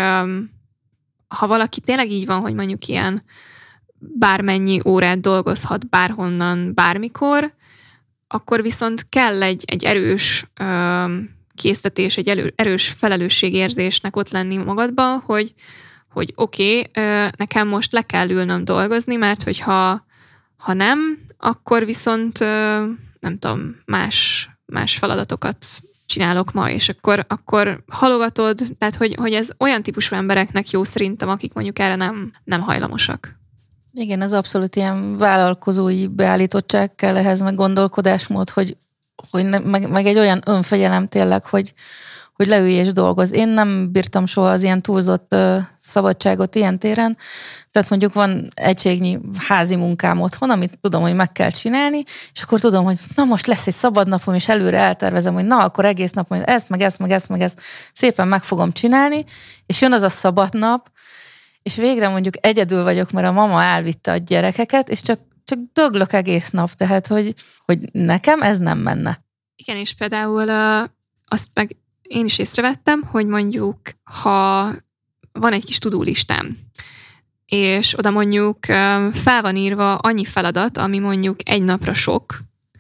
ha valaki tényleg így van, hogy mondjuk ilyen bármennyi órát dolgozhat bárhonnan, bármikor, akkor viszont kell egy, egy erős késztetés, egy elő, erős felelősségérzésnek ott lenni magadban, hogy, hogy oké, okay, nekem most le kell ülnöm dolgozni, mert hogyha ha nem, akkor viszont nem tudom, más, más feladatokat csinálok ma, és akkor, akkor halogatod, tehát hogy, hogy ez olyan típusú embereknek jó szerintem, akik mondjuk erre nem, nem hajlamosak. Igen, az abszolút ilyen vállalkozói beállítottság kell ehhez, meg gondolkodásmód, hogy, hogy ne, meg, meg egy olyan önfegyelem tényleg, hogy, hogy leülj és dolgoz. Én nem bírtam soha az ilyen túlzott uh, szabadságot ilyen téren, tehát mondjuk van egységnyi házi munkám otthon, amit tudom, hogy meg kell csinálni, és akkor tudom, hogy na most lesz egy szabad napom, és előre eltervezem, hogy na akkor egész nap hogy ezt, meg ezt, meg ezt, meg ezt szépen meg fogom csinálni, és jön az a szabad nap, és végre mondjuk egyedül vagyok, mert a mama elvitte a gyerekeket, és csak, csak döglök egész nap, tehát hogy, hogy nekem ez nem menne. Igen, és például uh, azt meg én is észrevettem, hogy mondjuk, ha van egy kis tudólistám, és oda mondjuk uh, fel van írva annyi feladat, ami mondjuk egy napra sok,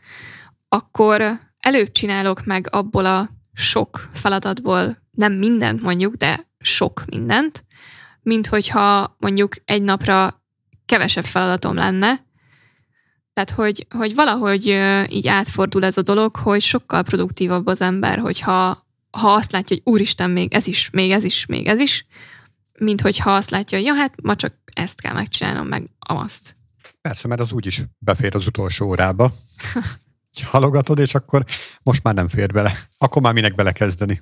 akkor előbb csinálok meg abból a sok feladatból nem mindent mondjuk, de sok mindent, mint hogyha mondjuk egy napra kevesebb feladatom lenne. Tehát, hogy, hogy valahogy így átfordul ez a dolog, hogy sokkal produktívabb az ember, hogyha ha azt látja, hogy úristen, még ez is, még ez is, még ez is, mint hogyha azt látja, hogy ja, hát ma csak ezt kell megcsinálnom, meg azt. Persze, mert az úgyis befér az utolsó órába. Halogatod, és akkor most már nem fér bele. Akkor már minek belekezdeni.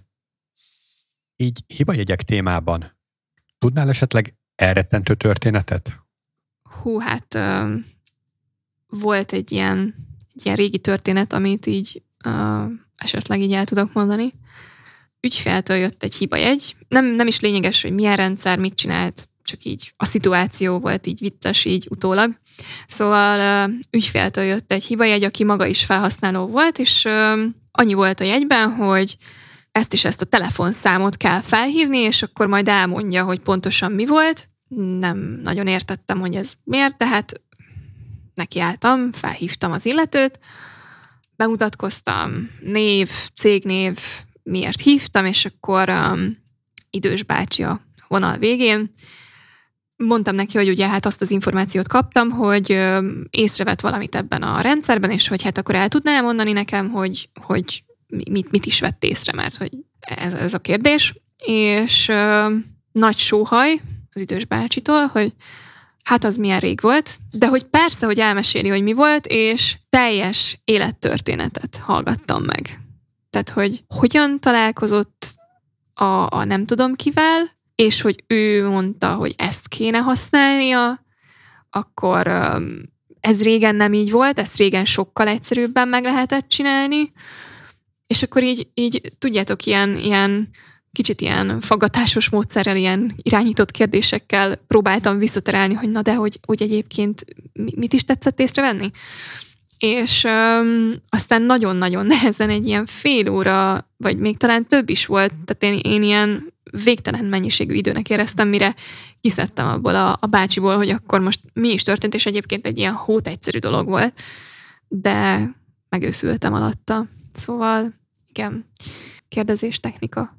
Így hibajegyek témában tudnál esetleg elrettentő történetet? Hú, hát uh, volt egy ilyen, egy ilyen régi történet, amit így uh, esetleg így el tudok mondani. Ügyféltől jött egy hibajegy. Nem, nem is lényeges, hogy milyen rendszer, mit csinált, csak így a szituáció volt így vicces, így utólag. Szóval uh, ügyféltől jött egy hibajegy, aki maga is felhasználó volt, és uh, annyi volt a jegyben, hogy ezt is ezt a telefonszámot kell felhívni, és akkor majd elmondja, hogy pontosan mi volt. Nem nagyon értettem, hogy ez miért, tehát nekiálltam, felhívtam az illetőt, bemutatkoztam, név, cégnév, miért hívtam, és akkor um, idős bácsi a vonal végén. Mondtam neki, hogy ugye hát azt az információt kaptam, hogy um, észrevett valamit ebben a rendszerben, és hogy hát akkor el tudná elmondani nekem, hogy, hogy mit, mit is vett észre, mert hogy ez, ez a kérdés. És um, nagy sóhaj az idős bácsitól, hogy hát az milyen rég volt, de hogy persze, hogy elmeséli, hogy mi volt, és teljes élettörténetet hallgattam meg. Tehát, hogy hogyan találkozott a, a nem tudom kivel, és hogy ő mondta, hogy ezt kéne használnia, akkor um, ez régen nem így volt, ezt régen sokkal egyszerűbben meg lehetett csinálni, és akkor így, így tudjátok, ilyen, ilyen kicsit ilyen faggatásos módszerrel, ilyen irányított kérdésekkel próbáltam visszaterelni, hogy na de, hogy, hogy egyébként mit is tetszett észrevenni? És öm, aztán nagyon-nagyon nehezen egy ilyen fél óra, vagy még talán több is volt, tehát én, én ilyen végtelen mennyiségű időnek éreztem, mire kiszedtem abból a, a bácsiból, hogy akkor most mi is történt, és egyébként egy ilyen hót egyszerű dolog volt, de megőszültem alatta. Szóval, igen, kérdezés technika.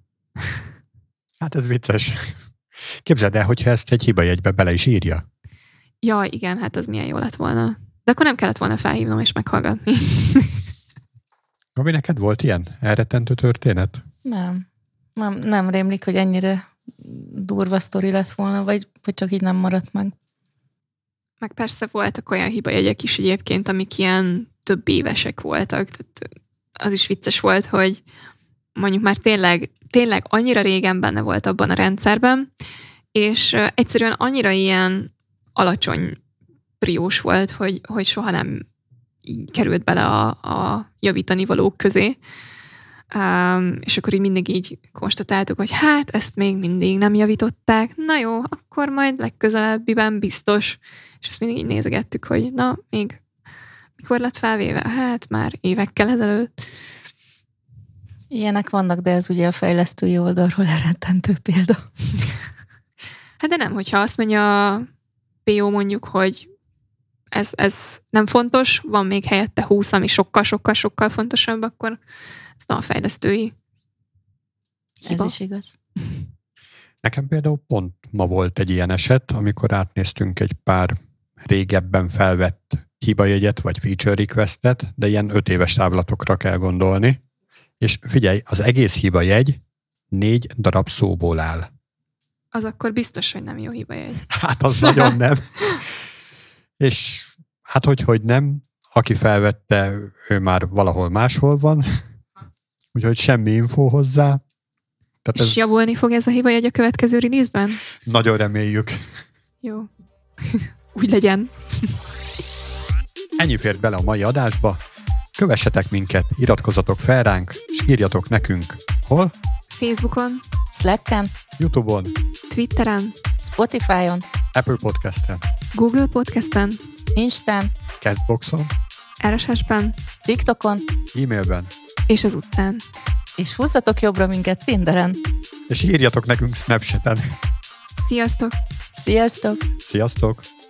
Hát ez vicces. Képzeld el, hogyha ezt egy hibajegybe bele is írja. Jaj, igen, hát az milyen jó lett volna. De akkor nem kellett volna felhívnom és meghallgatni. Gabi, neked volt ilyen elrettentő történet? Nem. Nem, nem rémlik, hogy ennyire durva sztori lett volna, vagy, vagy csak így nem maradt meg. Meg persze voltak olyan hibajegyek is egyébként, amik ilyen több évesek voltak. Tehát az is vicces volt, hogy mondjuk már tényleg, tényleg annyira régen benne volt abban a rendszerben, és egyszerűen annyira ilyen alacsony priós volt, hogy, hogy soha nem került bele a, a javítani valók közé. Um, és akkor így mindig így konstatáltuk, hogy hát ezt még mindig nem javították. Na jó, akkor majd legközelebbiben biztos. És ezt mindig így nézegettük, hogy na, még mikor lett felvéve? Hát már évekkel ezelőtt. Ilyenek vannak, de ez ugye a fejlesztői oldalról elrettentő példa. Hát de nem, hogyha azt mondja a pé o mondjuk, hogy ez, ez nem fontos, van még helyette húsz, ami sokkal-sokkal-sokkal fontosabb, akkor ez nem a fejlesztői hiba. Ez is igaz. Nekem például pont ma volt egy ilyen eset, amikor átnéztünk egy pár régebben felvett hibajegyet, vagy feature requestet, de ilyen öt éves távlatokra kell gondolni. És figyelj, az egész hibajegy négy darab szóból áll. Az akkor biztos, hogy nem jó hibajegy. Hát az nagyon nem. És hát hogy, hogy nem, aki felvette, ő már valahol máshol van, úgyhogy semmi info hozzá. Tehát és ez... javulni fog ez a hibajegy a következő release-ben? Nagyon reméljük. Jó. Úgy legyen. Ennyi fért bele a mai adásba. Kövessetek minket, iratkozzatok fel ránk, és írjatok nekünk. Hol? Facebookon, Slacken, YouTube-on, Twitteren, Spotify-on, Apple Podcast-en, Google Podcasten, Instán, Castboxon, er es es-ben TikTokon, e-mailben, és az utcán. és húzzatok jobbra minket Tinderen. és írjatok nekünk Snapchaten. Sziasztok! Sziasztok! Sziasztok!